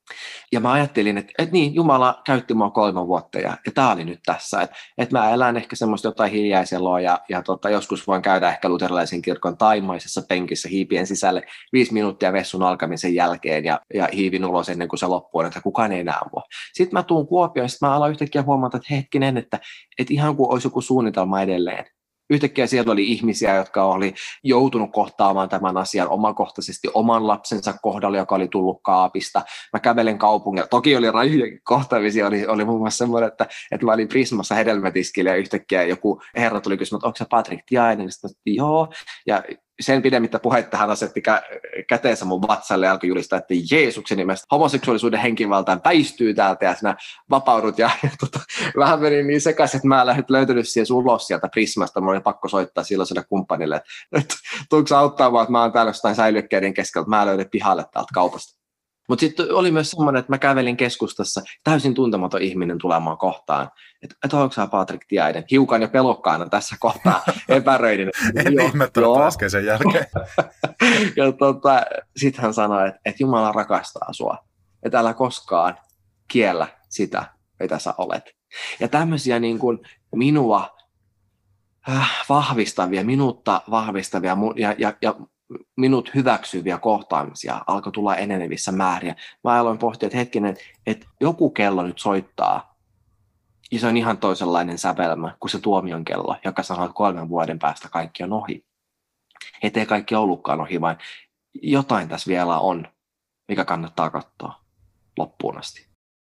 Speaker 2: Ja mä ajattelin, että, että niin, Jumala käytti mua kolme vuotta ja, ja tämä oli nyt tässä. Että, että mä elän ehkä semmoista jotain hiljaiseloa ja, ja tota, joskus voin käydä ehkä luterilaisen kirkon taimaisessa penkissä hiipien sisälle viisi minuuttia vessun alkamisen jälkeen ja, ja hiivin ulos ennen kuin se loppuu, että kukaan ei näe mua. Sitten mä tuun Kuopioon ja sitten mä alan yhtäkkiä huomata, että hetkinen, että, että ihan kuin olisi joku suunnitelma edelleen. Yhtäkkiä siellä oli ihmisiä, jotka oli joutunut kohtaamaan tämän asian omakohtaisesti oman lapsensa kohdalla, joka oli tullut kaapista. Mä kävelen kaupungilla. Toki oli rajujakin kohtaamisia. Oli, oli muun muassa semmoinen, että, että mä olin Prismassa hedelmätiskillä ja yhtäkkiä joku herra tuli kysymään, että onko sä Patrick Tiainen? Sitten mä, joo. Ja sen pidemmittä puhetta hän asetti kä- käteensä mun vatsalle ja alkoi julistaa, että Jeesuksen nimestä homoseksuaalisuuden henkivaltaan väistyy täältä ja sinä vapaudut. Ja, ja tota, vähän meni niin sekaisin, että mä en lähdet löytänyt siihen ulos sieltä Prismasta. Mulla oli pakko soittaa silloiselle kumppanille, että, että tuutko auttamaan, että mä oon täällä jostain säilykkeiden keskellä, että mä löydän pihalle täältä kaupasta. Mutta sitten oli myös semmoinen, että mä kävelin keskustassa, täysin tuntematon ihminen tulemaan kohtaan. Että et onko sä Patrick Tiainen? Hiukan jo pelokkaana tässä kohtaa epäröidin.
Speaker 1: En ihmettänyt äskeisen jälkeen.
Speaker 2: Ja tota, sitten hän sanoi, että, että Jumala rakastaa sua. Että älä koskaan kiellä sitä, mitä sä olet. Ja tämmöisiä niin kuin minua äh, vahvistavia, minuutta vahvistavia ja, ja, ja minut hyväksyviä kohtaamisia alkoi tulla enenevissä määriä. Mä aloin pohtia, että hetkinen, että joku kello nyt soittaa, ja se on ihan toisenlainen sävelmä kuin se tuomion kello, joka sanoo, että kolmen vuoden päästä kaikki on ohi. Ettei kaikki ollutkaan ohi, vaan jotain tässä vielä on, mikä kannattaa katsoa loppuun asti.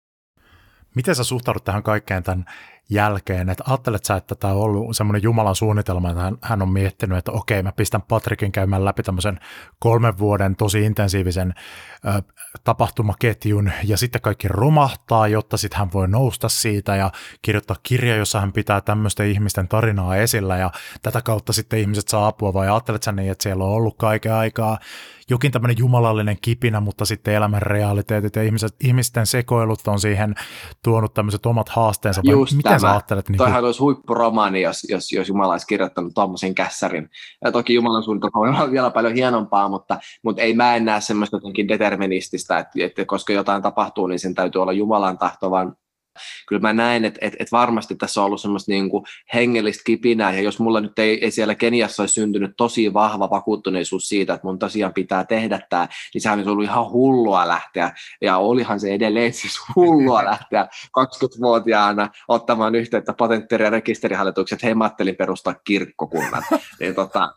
Speaker 1: Miten sä suhtaudut tähän kaikkeen tämän jälkeen, että ajattelet sä, että tämä on ollut semmoinen Jumalan suunnitelma, että hän, hän on miettinyt, että okei, mä pistän Patrickin käymään läpi tämmöisen kolmen vuoden tosi intensiivisen ö, tapahtumaketjun, ja sitten kaikki romahtaa, jotta sitten hän voi nousta siitä ja kirjoittaa kirja, jossa hän pitää tämmöisten ihmisten tarinaa esillä, ja tätä kautta sitten ihmiset saa apua, vai ajattelet sä niin, että siellä on ollut kaiken aikaa jokin tämmöinen jumalallinen kipinä, mutta sitten elämän realiteetit ja ihmiset, ihmisten sekoilut on siihen tuonut tämmöiset omat haasteensa.
Speaker 2: Just
Speaker 1: miten
Speaker 2: tämä.
Speaker 1: Sä ajattelet? Niin
Speaker 2: Toihan olisi huippuromaani, jos, jos, jos Jumala olisi kirjoittanut tuommoisen kässärin. Ja toki Jumalan suunnitelma on vielä paljon hienompaa, mutta, mutta ei mä en näe semmoista jotenkin determinististä, että, että koska jotain tapahtuu, niin sen täytyy olla Jumalan tahto, vaan kyllä mä näen, että, että, että varmasti tässä on ollut semmoista niin kuin hengellistä kipinää, ja jos mulla nyt ei, ei siellä Keniassa olisi syntynyt tosi vahva vakuuttuneisuus siitä, että mun tosiaan pitää tehdä tämä, niin sehän olisi ollut ihan hullua lähteä, ja olihan se edelleen siis hullua lähteä kaksikymmentävuotiaana ottamaan yhteyttä patentti- ja rekisterihallitukset, että hei, mä ajattelin perustaa kirkkokunnan. Niin tota,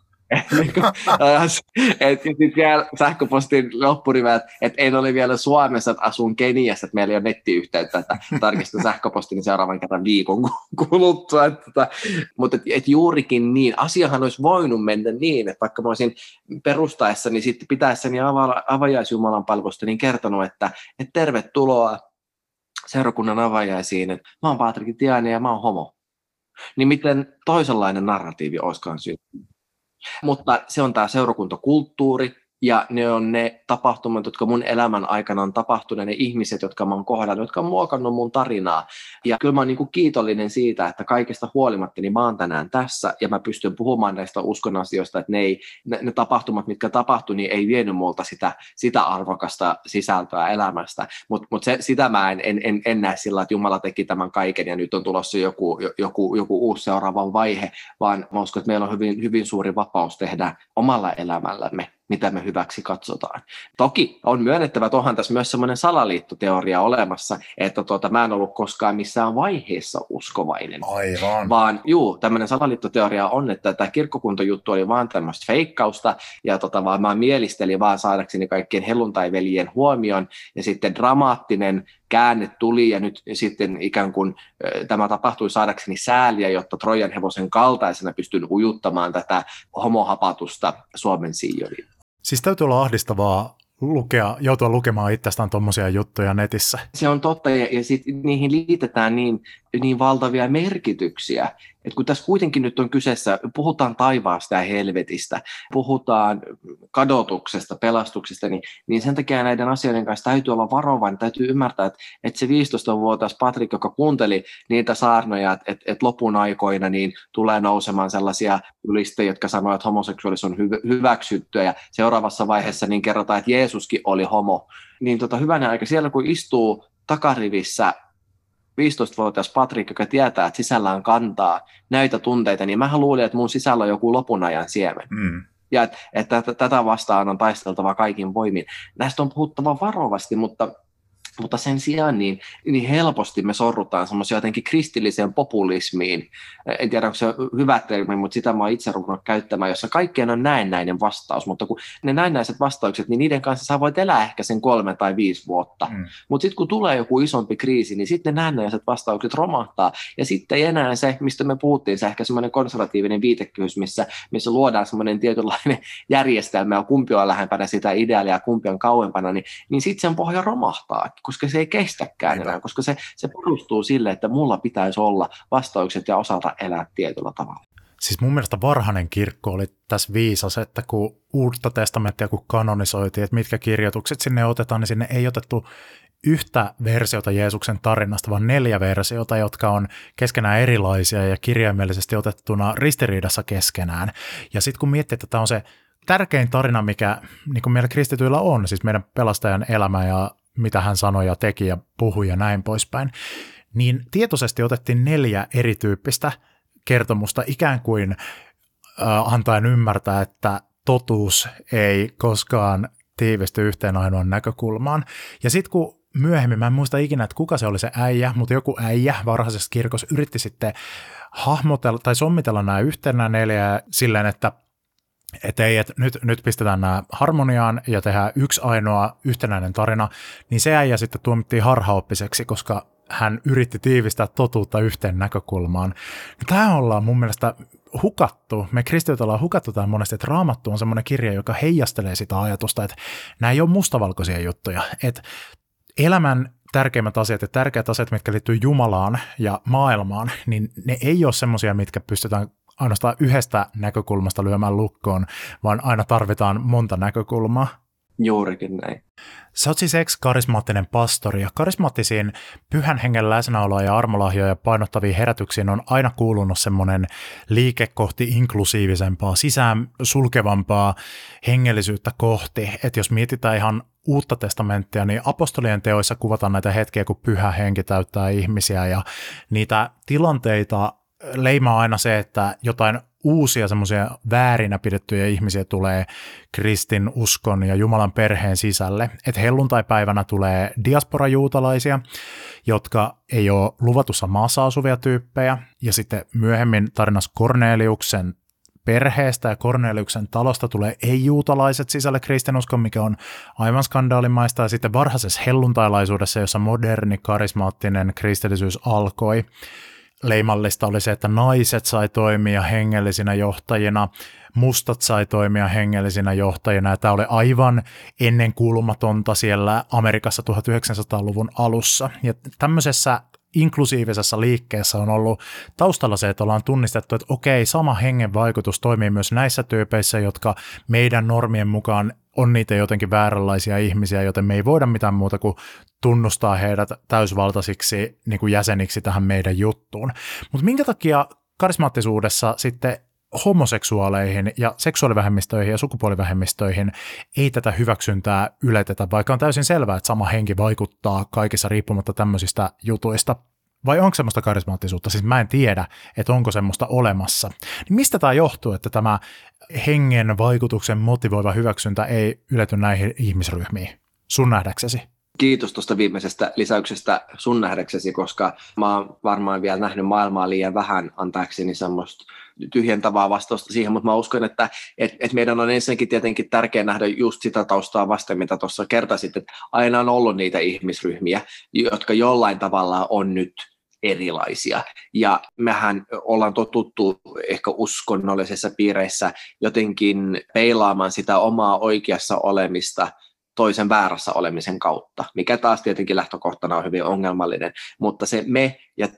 Speaker 2: et sitten vielä sähköpostin loppunimet, että en ole vielä Suomessa, että asun Keniassa, että meillä ei ole nettiyhteyttä, että tarkistan sähköpostin seuraavan kerran viikon kuluttua. Mutta et, et juurikin niin, asiahan olisi voinut mennä niin, että vaikka mä olisin perustaessa, niin sitten pitäessäni ava- avajaisjumalan palvelusta niin kertonut, että et tervetuloa seurakunnan avajaisiin, että mä oon Patrick Tiainen ja mä oon homo. Niin miten toisenlainen narratiivi olisikaan syntynyt? Mutta se on tämä seurakuntakulttuuri, ja ne on ne tapahtumat, jotka mun elämän aikana on tapahtunut, ne ihmiset, jotka mä oon kohdannut, jotka on muokannut mun tarinaa. Ja kyllä mä oon niin kuin kiitollinen siitä, että kaikesta huolimatta niin mä oon tänään tässä, ja mä pystyn puhumaan näistä uskon asioista, että ne, ei, ne, ne tapahtumat, mitkä tapahtui, niin ei vienyt multa sitä, sitä arvokasta sisältöä elämästä. Mutta mut sitä mä en, en, en, en näe sillä, että Jumala teki tämän kaiken, ja nyt on tulossa joku, joku, joku uusi seuraava vaihe, vaan mä uskon, että meillä on hyvin, hyvin suuri vapaus tehdä omalla elämällämme, mitä me hyväksi katsotaan. Toki on myönnettävä, että onhan tässä myös semmoinen salaliittoteoria olemassa, että tuota, mä en ollut koskaan missään vaiheessa uskovainen.
Speaker 1: Aivan.
Speaker 2: Vaan juu, tämmöinen salaliittoteoria on, että tämä kirkkokuntojuttu oli vaan tämmöistä feikkausta, ja tota, vaan mä mielistelin vaan saadakseni kaikkien helluntaiveljen huomion, ja sitten dramaattinen käänne tuli, ja nyt sitten ikään kuin äh, tämä tapahtui saadakseni sääliä, jotta Trojan hevosen kaltaisena pystyn ujuttamaan tätä homohapatusta Suomen siijoniin.
Speaker 1: Siis täytyy olla ahdistavaa lukea, joutua lukemaan itsestään tuommoisia juttuja netissä.
Speaker 2: Se on totta, ja, ja sitten niihin liitetään niin niin valtavia merkityksiä. Et kun tässä kuitenkin nyt on kyseessä, puhutaan taivaasta ja helvetistä, puhutaan kadotuksesta, pelastuksesta, niin, niin sen takia näiden asioiden kanssa täytyy olla varovainen, täytyy ymmärtää, että, että se viisitoistavuotias Patrik, joka kuunteli niitä saarnoja, että, että, että lopun aikoina niin tulee nousemaan sellaisia ylisteitä, jotka sanoo, että homoseksuaalisuus on hy- hyväksyttyä, ja seuraavassa vaiheessa niin kerrotaan, että Jeesuskin oli homo. Niin tota, hyvänä aika siellä, kun istuu takarivissä viisitoistavuotias Patrik, joka tietää, että sisällään kantaa näitä tunteita, niin mähän luulin, että mun sisällä on joku lopun ajan siemen. Mm. Ja että, että tätä vastaan on taisteltava kaikin voimin. Näistä on puhuttava varovasti, mutta Mutta sen sijaan niin, niin helposti me sorrutaan semmoisia jotenkin kristilliseen populismiin. En tiedä, onko se hyvä termi, mutta sitä mä oon itse ruvennut käyttämään, jossa kaikkeen on näennäinen vastaus. Mutta kun ne näennäiset vastaukset, niin niiden kanssa sä voit elää ehkä sen kolme tai viisi vuotta. Mm. Mutta sitten kun tulee joku isompi kriisi, niin sitten ne näennäiset vastaukset romahtaa. Ja sitten ei enää se, mistä me puhuttiin, se ehkä semmoinen konservatiivinen viitekehys, missä, missä luodaan semmoinen tietynlainen järjestelmä, ja kumpi on lähempänä sitä ideaalia ja kumpi on kauempana, niin, niin sitten sen pohja romahtaa, koska se ei kestäkään enää, koska se, se perustuu sille, että mulla pitäisi olla vastaukset ja osata elää tietyllä tavalla.
Speaker 1: Siis mun mielestä varhainen kirkko oli tässä viisas, että kun uutta testamenttia kun kanonisoitiin, että mitkä kirjoitukset sinne otetaan, niin sinne ei otettu yhtä versiota Jeesuksen tarinasta, vaan neljä versiota, jotka on keskenään erilaisia ja kirjaimellisesti otettuna ristiriidassa keskenään. Ja sitten kun miettii, että tämä on se tärkein tarina, mikä niin kuin meillä kristityillä on, siis meidän pelastajan elämä ja mitä hän sanoi ja teki ja puhui ja näin poispäin, niin tietoisesti otettiin neljä erityyppistä kertomusta ikään kuin äh, antaen ymmärtää, että totuus ei koskaan tiivisty yhteen ainoan näkökulmaan. Ja sitten kun myöhemmin, mä en muista ikinä, että kuka se oli se äijä, mutta joku äijä varhaisessa kirkossa yritti sitten hahmotella tai sommitella nämä yhteen nämä neljä silleen, että että ei, että nyt, nyt pistetään nämä harmoniaan ja tehdään yksi ainoa yhtenäinen tarina, niin se äijä sitten tuomittiin harhaoppiseksi, koska hän yritti tiivistää totuutta yhteen näkökulmaan. Tämä ollaan mun mielestä hukattu, me kristityt ollaan hukattu tämän monesti, että Raamattu on semmoinen kirja, joka heijastelee sitä ajatusta, että nämä ei ole mustavalkoisia juttuja, että elämän tärkeimmät asiat ja tärkeät asiat, mitkä liittyy Jumalaan ja maailmaan, niin ne ei ole semmoisia, mitkä pystytään ainoastaan yhdestä näkökulmasta lyömään lukkoon, vaan aina tarvitaan monta näkökulmaa.
Speaker 2: Juurikin näin.
Speaker 1: Sä oot siis ex-karismaattinen pastori, ja karismaattisiin pyhän hengen läsnäoloa ja armolahjoja painottaviin herätyksiin on aina kuulunut semmoinen liike kohti inklusiivisempaa, sisään sulkevampaa hengellisyyttä kohti. Että jos mietitään ihan uutta testamenttia, niin apostolien teoissa kuvataan näitä hetkiä, kun pyhä henki täyttää ihmisiä, ja niitä tilanteita leimaa aina se, että jotain uusia semmoisia väärinä pidettyjä ihmisiä tulee kristin uskon ja Jumalan perheen sisälle. Että helluntaipäivänä tulee diasporajuutalaisia, jotka ei ole luvatussa maassa asuvia tyyppejä. Ja sitten myöhemmin tarinassa Korneliuksen perheestä ja Korneliuksen talosta tulee ei-juutalaiset sisälle kristinuskon, mikä on aivan skandaalimaista. Ja sitten varhaisessa helluntailaisuudessa, jossa moderni karismaattinen kristillisyys alkoi, leimallista oli se, että naiset sai toimia hengellisinä johtajina, mustat sai toimia hengellisinä johtajina, ja tämä oli aivan ennenkuulumatonta siellä Amerikassa tuhatyhdeksänsataaluvun alussa. Ja tämmöisessä inklusiivisessa liikkeessä on ollut taustalla se, että ollaan tunnistettu, että okei, sama hengen vaikutus toimii myös näissä tyypeissä, jotka meidän normien mukaan on niitä jotenkin vääränlaisia ihmisiä, joten me ei voida mitään muuta kuin tunnustaa heidät täysvaltaisiksi niin kuin jäseniksi tähän meidän juttuun. Mutta minkä takia karismaattisuudessa sitten homoseksuaaleihin ja seksuaalivähemmistöihin ja sukupuolivähemmistöihin ei tätä hyväksyntää yletetä, vaikka on täysin selvää, että sama henki vaikuttaa kaikissa riippumatta tämmöisistä jutuista? Vai onko semmoista karismaattisuutta? Siis mä en tiedä, että onko semmoista olemassa. Niin mistä tämä johtuu, että tämä hengen vaikutuksen motivoiva hyväksyntä ei ylety näihin ihmisryhmiin? Sun nähdäksesi?
Speaker 2: Kiitos tuosta viimeisestä lisäyksestä sun nähdäksesi, koska mä oon varmaan vielä nähnyt maailmaa liian vähän antaakseni semmoista tyhjentävää vastausta siihen, mutta mä uskon, että et, et meidän on ensinnäkin tietenkin tärkeää nähdä just sitä taustaa vasten, mitä tuossa kertasit, että aina on ollut niitä ihmisryhmiä, jotka jollain tavalla on nyt erilaisia. Ja mehän ollaan totuttu ehkä uskonnollisissa piireissä jotenkin peilaamaan sitä omaa oikeassa olemista toisen väärässä olemisen kautta, mikä taas tietenkin lähtökohtana on hyvin ongelmallinen, mutta se me ja te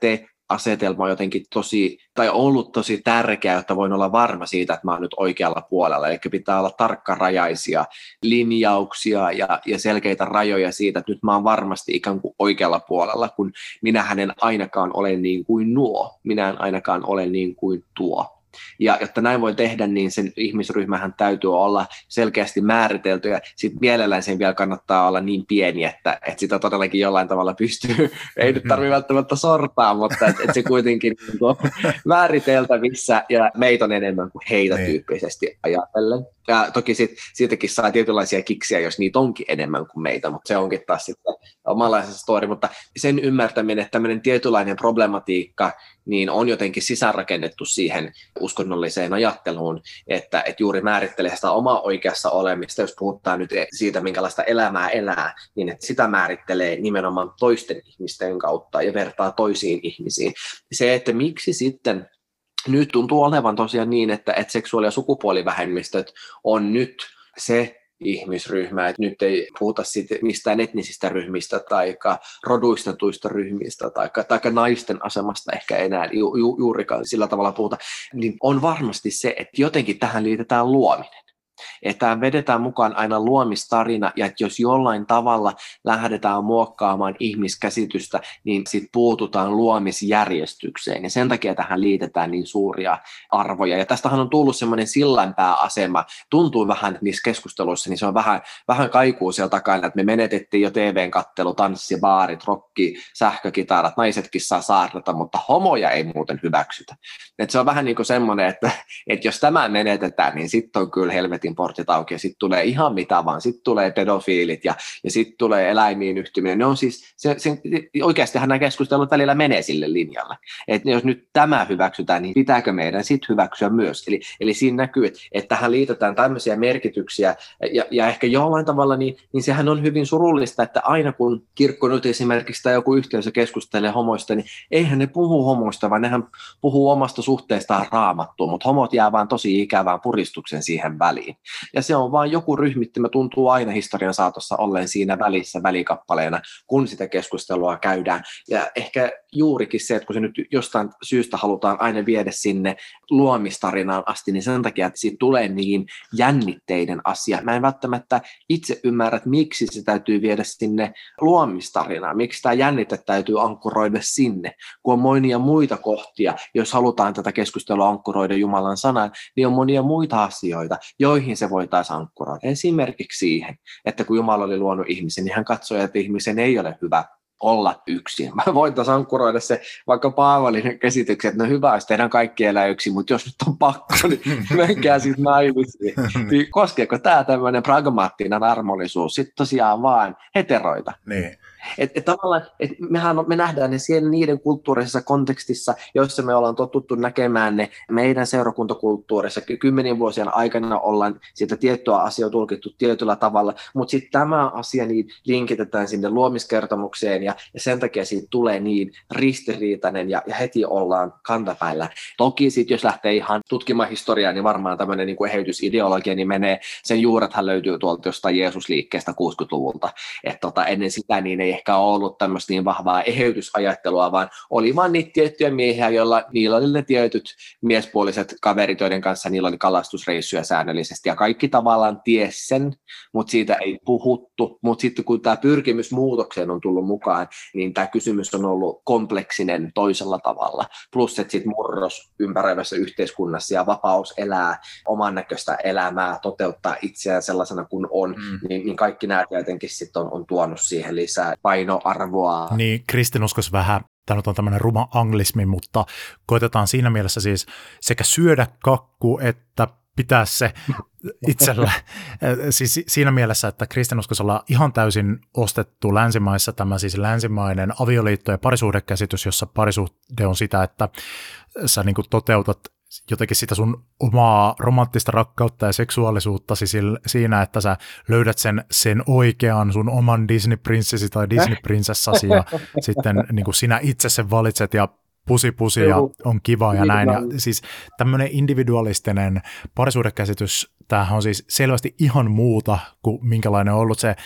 Speaker 2: asetelma on jotenkin tosi, tai ollut tosi tärkeä, jotta voin olla varma siitä, että mä oon nyt oikealla puolella. Eli pitää olla tarkkarajaisia linjauksia ja, ja selkeitä rajoja siitä, että nyt mä oon varmasti ikään kuin oikealla puolella, kun minähän en ainakaan ole niin kuin nuo, minä en ainakaan ole niin kuin tuo. Ja jotta näin voi tehdä, niin sen ihmisryhmähän täytyy olla selkeästi määritelty, ja sitten mielellään sen vielä kannattaa olla niin pieni, että, että sitä todellakin jollain tavalla pystyy, ei nyt tarvitse välttämättä sortaa, mutta että, että se kuitenkin on määriteltävissä, ja meitä on enemmän kuin heitä tyyppisesti ajatellen. Ja toki sit, siitäkin saa tietynlaisia kiksiä, jos niitä onkin enemmän kuin meitä, mutta se onkin taas sitten omanlaisessa story, mutta sen ymmärtäminen, että tämmöinen tietynlainen problematiikka, niin on jotenkin sisäänrakennettu siihen uskonnolliseen ajatteluun, että, että juuri määrittelee sitä omaa oikeassa olemista, jos puhutaan nyt siitä, minkälaista elämää elää, niin että sitä määrittelee nimenomaan toisten ihmisten kautta ja vertaa toisiin ihmisiin. Se, että miksi sitten nyt tuntuu olevan tosiaan niin, että, että seksuaali- ja sukupuolivähemmistöt on nyt se ihmisryhmä, että nyt ei puhuta siitä mistään etnisistä ryhmistä tai roduistetuista ryhmistä tai, tai naisten asemasta ehkä enää ju, ju, juurikaan sillä tavalla puhuta, niin on varmasti se, että jotenkin tähän liitetään luominen. Että vedetään mukaan aina luomistarina, ja että jos jollain tavalla lähdetään muokkaamaan ihmiskäsitystä, niin sitten puututaan luomisjärjestykseen, ja sen takia tähän liitetään niin suuria arvoja. Ja tästähän on tullut semmoinen sillanpääasema, tuntuu vähän niissä keskusteluissa, niin se on vähän, vähän kaikuu siellä takana, että me menetettiin jo T V-kattelu, tanssi, baarit, rokki, sähkökitarat, naisetkin saa saarnata, mutta homoja ei muuten hyväksytä. Et se on vähän niin kuin semmoinen, että, että jos tämä menetetään, niin sitten on kyllä helvetin portit auki, ja sitten tulee ihan mitä vaan, sitten tulee pedofiilit, ja, ja sitten tulee eläimiin yhtyminen. Ne on siis, se, se, oikeastihan nämä keskustelut välillä menee sille linjalle. Että jos nyt tämä hyväksytään, niin pitääkö meidän sitten hyväksyä myös? Eli, eli siinä näkyy, että, että tähän liitetään tämmöisiä merkityksiä, ja, ja ehkä jollain tavalla, niin, niin sehän on hyvin surullista, että aina kun kirkko nyt esimerkiksi tai joku yhteisö keskustelee homoista, niin eihän ne puhu homoista, vaan nehän puhuu omasta suhteestaan Raamattuun, mutta homot jää vaan tosi ikävään puristuksen siihen väliin. Ja se on vaan joku ryhmittymä, tuntuu aina historian saatossa olleen siinä välissä välikappaleena, kun sitä keskustelua käydään. Ja ehkä juurikin se, että kun se nyt jostain syystä halutaan aina viedä sinne luomistarinaan asti, niin sen takia, että siitä tulee niin jännitteinen asia. Mä en välttämättä itse ymmärrä, että miksi se täytyy viedä sinne luomistarinaan, miksi tämä jännite täytyy ankkuroida sinne, kun on monia muita kohtia, jos halutaan tätä keskustelua ankkuroida Jumalan sanaan, niin on monia muita asioita, joihin se voitaisiin ankkuroida. Esimerkiksi siihen, että kun Jumala oli luonut ihmisen, niin hän katsoi, että ihmisen ei ole hyvä olla yksin. Mä voitaisiin ankkuroida se vaikka Paavalin käsityksen, että no hyvä, jos tehdään kaikki elää yksin, mutta jos nyt on pakko, niin menkää sitten naimisiin. Niin koskeeko tämä tämmöinen pragmaattinen armollisuus sitten tosiaan vaan heteroita?
Speaker 1: Niin.
Speaker 2: Että et tavallaan, et mehän me nähdään ne siellä niiden kulttuurisessa kontekstissa, joissa me ollaan totuttu näkemään ne meidän seurakuntakulttuurissa. Kymmenien vuosien aikana ollaan sitä tiettyä asiaa tulkittu tietyllä tavalla, mutta sitten tämä asia niin linkitetään sinne luomiskertomukseen, ja, ja sen takia siitä tulee niin ristiriitainen, ja, ja heti ollaan kantapäillä. Toki sitten jos lähtee ihan tutkimaan historiaa, niin varmaan tämmöinen niin kuin eheytysideologia niin menee, sen juurethan löytyy tuolta jostain Jeesusliikkeestä kuusikymmentäluvulta, että tota, ennen sitä niin ei ehkä ollut tämmöistä niin vahvaa eheytysajattelua, vaan oli vaan niitä tiettyjä miehiä, joilla niillä oli ne tietyt miespuoliset kaverit, joiden kanssa niillä oli kalastusreissuja säännöllisesti, ja kaikki tavallaan ties sen, mutta siitä ei puhuttu, mutta sitten kun tämä pyrkimys muutokseen on tullut mukaan, niin tämä kysymys on ollut kompleksinen toisella tavalla, plus että sitten murros ympäröivässä yhteiskunnassa ja vapaus elää oman näköistä elämää, toteuttaa itseään sellaisena kuin on, mm. niin, niin kaikki nämä tietenkin sitten on, on tuonut siihen lisää painoarvoa.
Speaker 1: Niin, kristinuskossa vähän, tämä on tämmöinen ruma anglismi, mutta koitetaan siinä mielessä siis sekä syödä kakku, että pitää se itsellä. Siis siinä mielessä, että kristinuskossa ollaan ihan täysin ostettu länsimaissa tämä siis länsimainen avioliitto- ja parisuhdekäsitys, jossa parisuhde on sitä, että sä niin kuin toteutat jotenkin sitä sun omaa romanttista rakkautta ja seksuaalisuuttasi siinä, että sä löydät sen, sen oikean sun oman Disney-prinssesi tai Disney-prinsessasi ja sitten niin kuin sinä itse sen valitset ja pusi pusi ja on kiva ja näin. Ja siis tämmöinen individualistinen parisuhdekäsitys, tämähän on siis selvästi ihan muuta kuin minkälainen on ollut se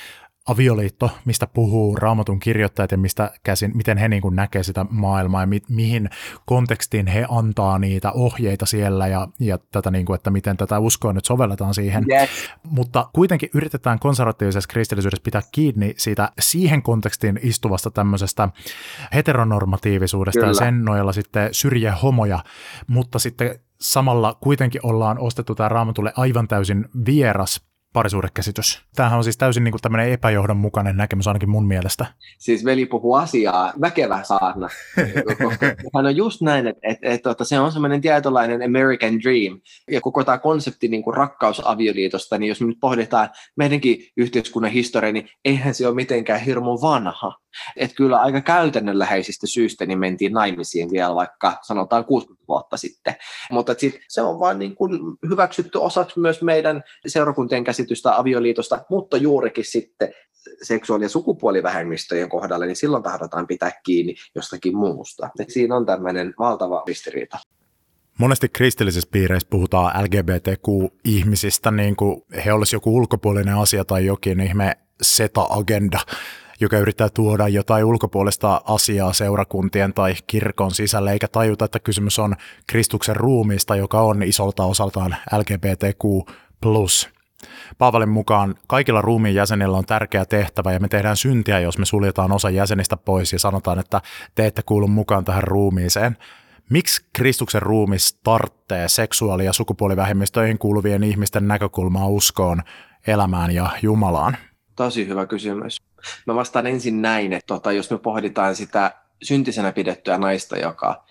Speaker 1: avioliitto, mistä puhuu Raamatun kirjoittajat ja mistä käsin, miten he niin kuin näkee sitä maailmaa ja mi- mihin kontekstiin he antaa niitä ohjeita siellä ja, ja tätä, niin kuin, että miten tätä uskoa nyt sovelletaan siihen.
Speaker 2: Yes.
Speaker 1: Mutta kuitenkin yritetään konservatiivisessa kristillisyydessä pitää kiinni siitä siihen kontekstiin istuvasta tämmöisestä heteronormatiivisuudesta Kyllä. ja sen nojalla sitten syrjiä homoja, mutta sitten samalla kuitenkin ollaan ostettu tämä Raamatulle aivan täysin vieras parisuhdekäsitys. Tämähän on siis täysin niin kuin tämmöinen epäjohdonmukainen näkemys ainakin mun mielestä.
Speaker 2: Siis veli puhuu asiaa, väkevä saarna. Koska hän on just näin, että, että, että, että se on semmoinen tietynlainen American dream. Ja koko tämä konsepti niin kuin rakkausavioliitosta, niin jos me nyt pohditaan meidänkin yhteiskunnan historiaa, niin eihän se ole mitenkään hirmu vanha. Että kyllä aika käytännönläheisistä syistä niin mentiin naimisiin vielä vaikka sanotaan kuusikymmentä vuotta sitten. Mutta sit se on vaan niin kuin hyväksytty osaksi myös meidän seurakuntien käsitystä avioliitosta, mutta juurikin sitten seksuaali- ja sukupuolivähemmistöjen kohdalla, niin silloin tahdotaan pitää kiinni jostakin muusta. Et siinä on tämmöinen valtava ristiriita.
Speaker 1: Monesti kristillisissä piireissä puhutaan L G B T Q-ihmisistä, niin kuin he olisivat joku ulkopuolinen asia tai jokin ihme seta-agenda, joka yrittää tuoda jotain ulkopuolista asiaa seurakuntien tai kirkon sisälle, eikä tajuta, että kysymys on Kristuksen ruumiista, joka on isolta osaltaan L G B T Q plus. Paavalin mukaan kaikilla ruumiin jäsenillä on tärkeä tehtävä ja me tehdään syntiä, jos me suljetaan osa jäsenistä pois ja sanotaan, että te ette kuulu mukaan tähän ruumiiseen. Miksi Kristuksen ruumis tarvitsee seksuaali- ja sukupuolivähemmistöihin kuuluvien ihmisten näkökulmaa uskoon, elämään ja Jumalaan?
Speaker 2: Tosi hyvä kysymys. Mä vastaan ensin näin, että tota, jos me pohditaan sitä syntisenä pidettyä naista, joka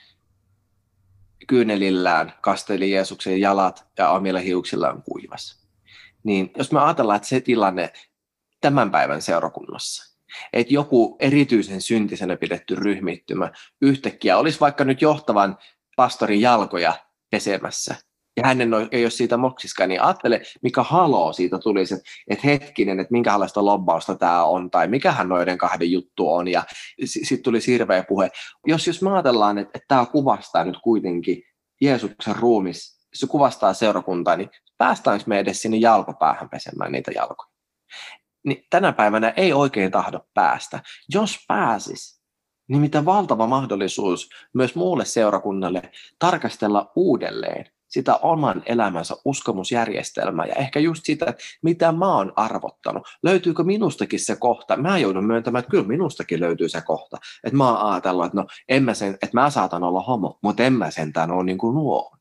Speaker 2: kyynelillään kasteli Jeesuksen jalat ja omilla hiuksillaan kuivasi, niin jos me ajatellaan, että se tilanne tämän päivän seurakunnassa, että joku erityisen syntisenä pidetty ryhmittymä yhtäkkiä olisi vaikka nyt johtavan pastorin jalkoja pesemässä, ja hänen ei ole siitä moksiskaan, niin ajattele, mikä haloo siitä tulisi, että, että hetkinen, että minkälaista lobbausta tämä on, tai mikähän noiden kahden juttu on, ja sitten tuli hirveä puhe. Jos, jos me ajatellaan, että, että tämä kuvastaa nyt kuitenkin Jeesuksen ruumis, se kuvastaa seurakuntaa, niin päästäänkö me edes sinne jalkopäähän pesemään niitä jalkoja? Niin tänä päivänä ei oikein tahdo päästä. Jos pääsis, niin mitä valtava mahdollisuus myös muulle seurakunnalle tarkastella uudelleen sitä oman elämänsä uskomusjärjestelmää ja ehkä just sitä, että mitä mä oon arvottanut. Löytyykö minustakin se kohta? Mä joudun myöntämään, että kyllä minustakin löytyy se kohta. Että mä oon ajatellut, että, no, en mä sen, että mä saatan olla homo, mutta en mä sentään ole niin kuin nuo.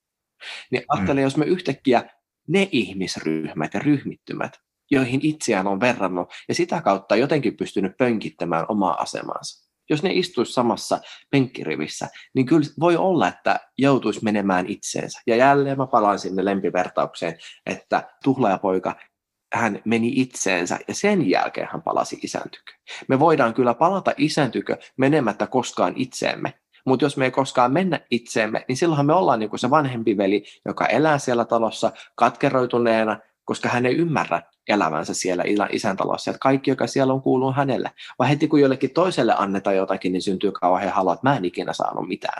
Speaker 2: Niin ajattelen, mm. jos me yhtäkkiä ne ihmisryhmät ja ryhmittymät, joihin itseään on verrannut ja sitä kautta jotenkin pystynyt pönkittämään omaa asemaansa. Jos ne istuisi samassa penkkirivissä, niin kyllä voi olla, että joutuisi menemään itseensä. Ja jälleen mä palaan sinne lempivertaukseen, että tuhlaajapoika, hän meni itseensä ja sen jälkeen hän palasi isän tykö. Me voidaan kyllä palata isän tykö menemättä koskaan itseemme, mutta jos me ei koskaan mennä itseemme, niin silloinhan me ollaan niin kuin se vanhempi veli, joka elää siellä talossa katkeroituneena, koska hän ei ymmärrä elävänsä siellä isän talossa, että kaikki, joka siellä on, kuuluu hänelle. Vai heti kun jollekin toiselle annetaan jotakin, niin syntyy kauhean halu, että mä en ikinä saanut mitään.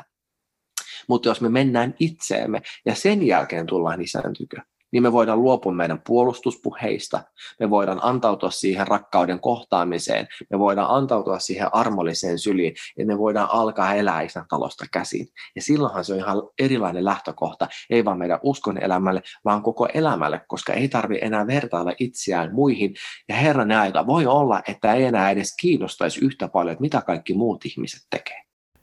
Speaker 2: Mutta jos me mennään itseemme ja sen jälkeen tullaan isän tykö, niin me voidaan luopua meidän puolustuspuheista, me voidaan antautua siihen rakkauden kohtaamiseen, me voidaan antautua siihen armolliseen syliin ja me voidaan alkaa elää isän talosta käsin. Ja silloinhan se on ihan erilainen lähtökohta, ei vaan meidän uskon elämälle, vaan koko elämälle, koska ei tarvitse enää vertailla itseään muihin. Ja Herran aika voi olla, että ei enää edes kiinnostaisi yhtä paljon, että mitä kaikki muut ihmiset tekee.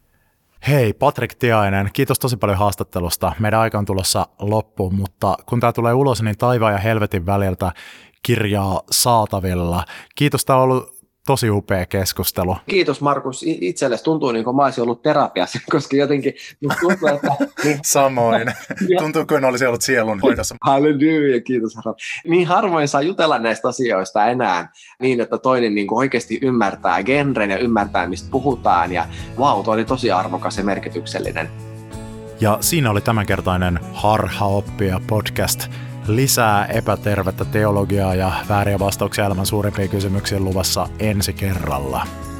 Speaker 1: Hei, Patrik Tiainen, kiitos tosi paljon haastattelusta. Meidän aika on tulossa loppuun, mutta kun tämä tulee ulos, niin taivaan ja helvetin väliltä kirjaa saatavilla. Kiitos, tämä on ollut tosi upea keskustelu.
Speaker 2: Kiitos Markus. Itsellesi tuntuu niin kuin mä olisin ollut terapiassa, koska jotenkin tuntuu, että...
Speaker 1: Samoin. Tuntuu kuin olisi ollut sielun hoidossa.
Speaker 2: Halleluja, kiitos Herra. Niin harvoin saa jutella näistä asioista enää niin, että toinen niin kuin oikeasti ymmärtää genren ja ymmärtää, mistä puhutaan. Ja vau, wow, toi oli tosi arvokas ja merkityksellinen.
Speaker 1: Ja siinä oli tämänkertainen Harhaoppija podcast. Lisää epätervettä teologiaa ja vääriä vastauksia elämän suurimpiin kysymyksiin luvassa ensi kerralla.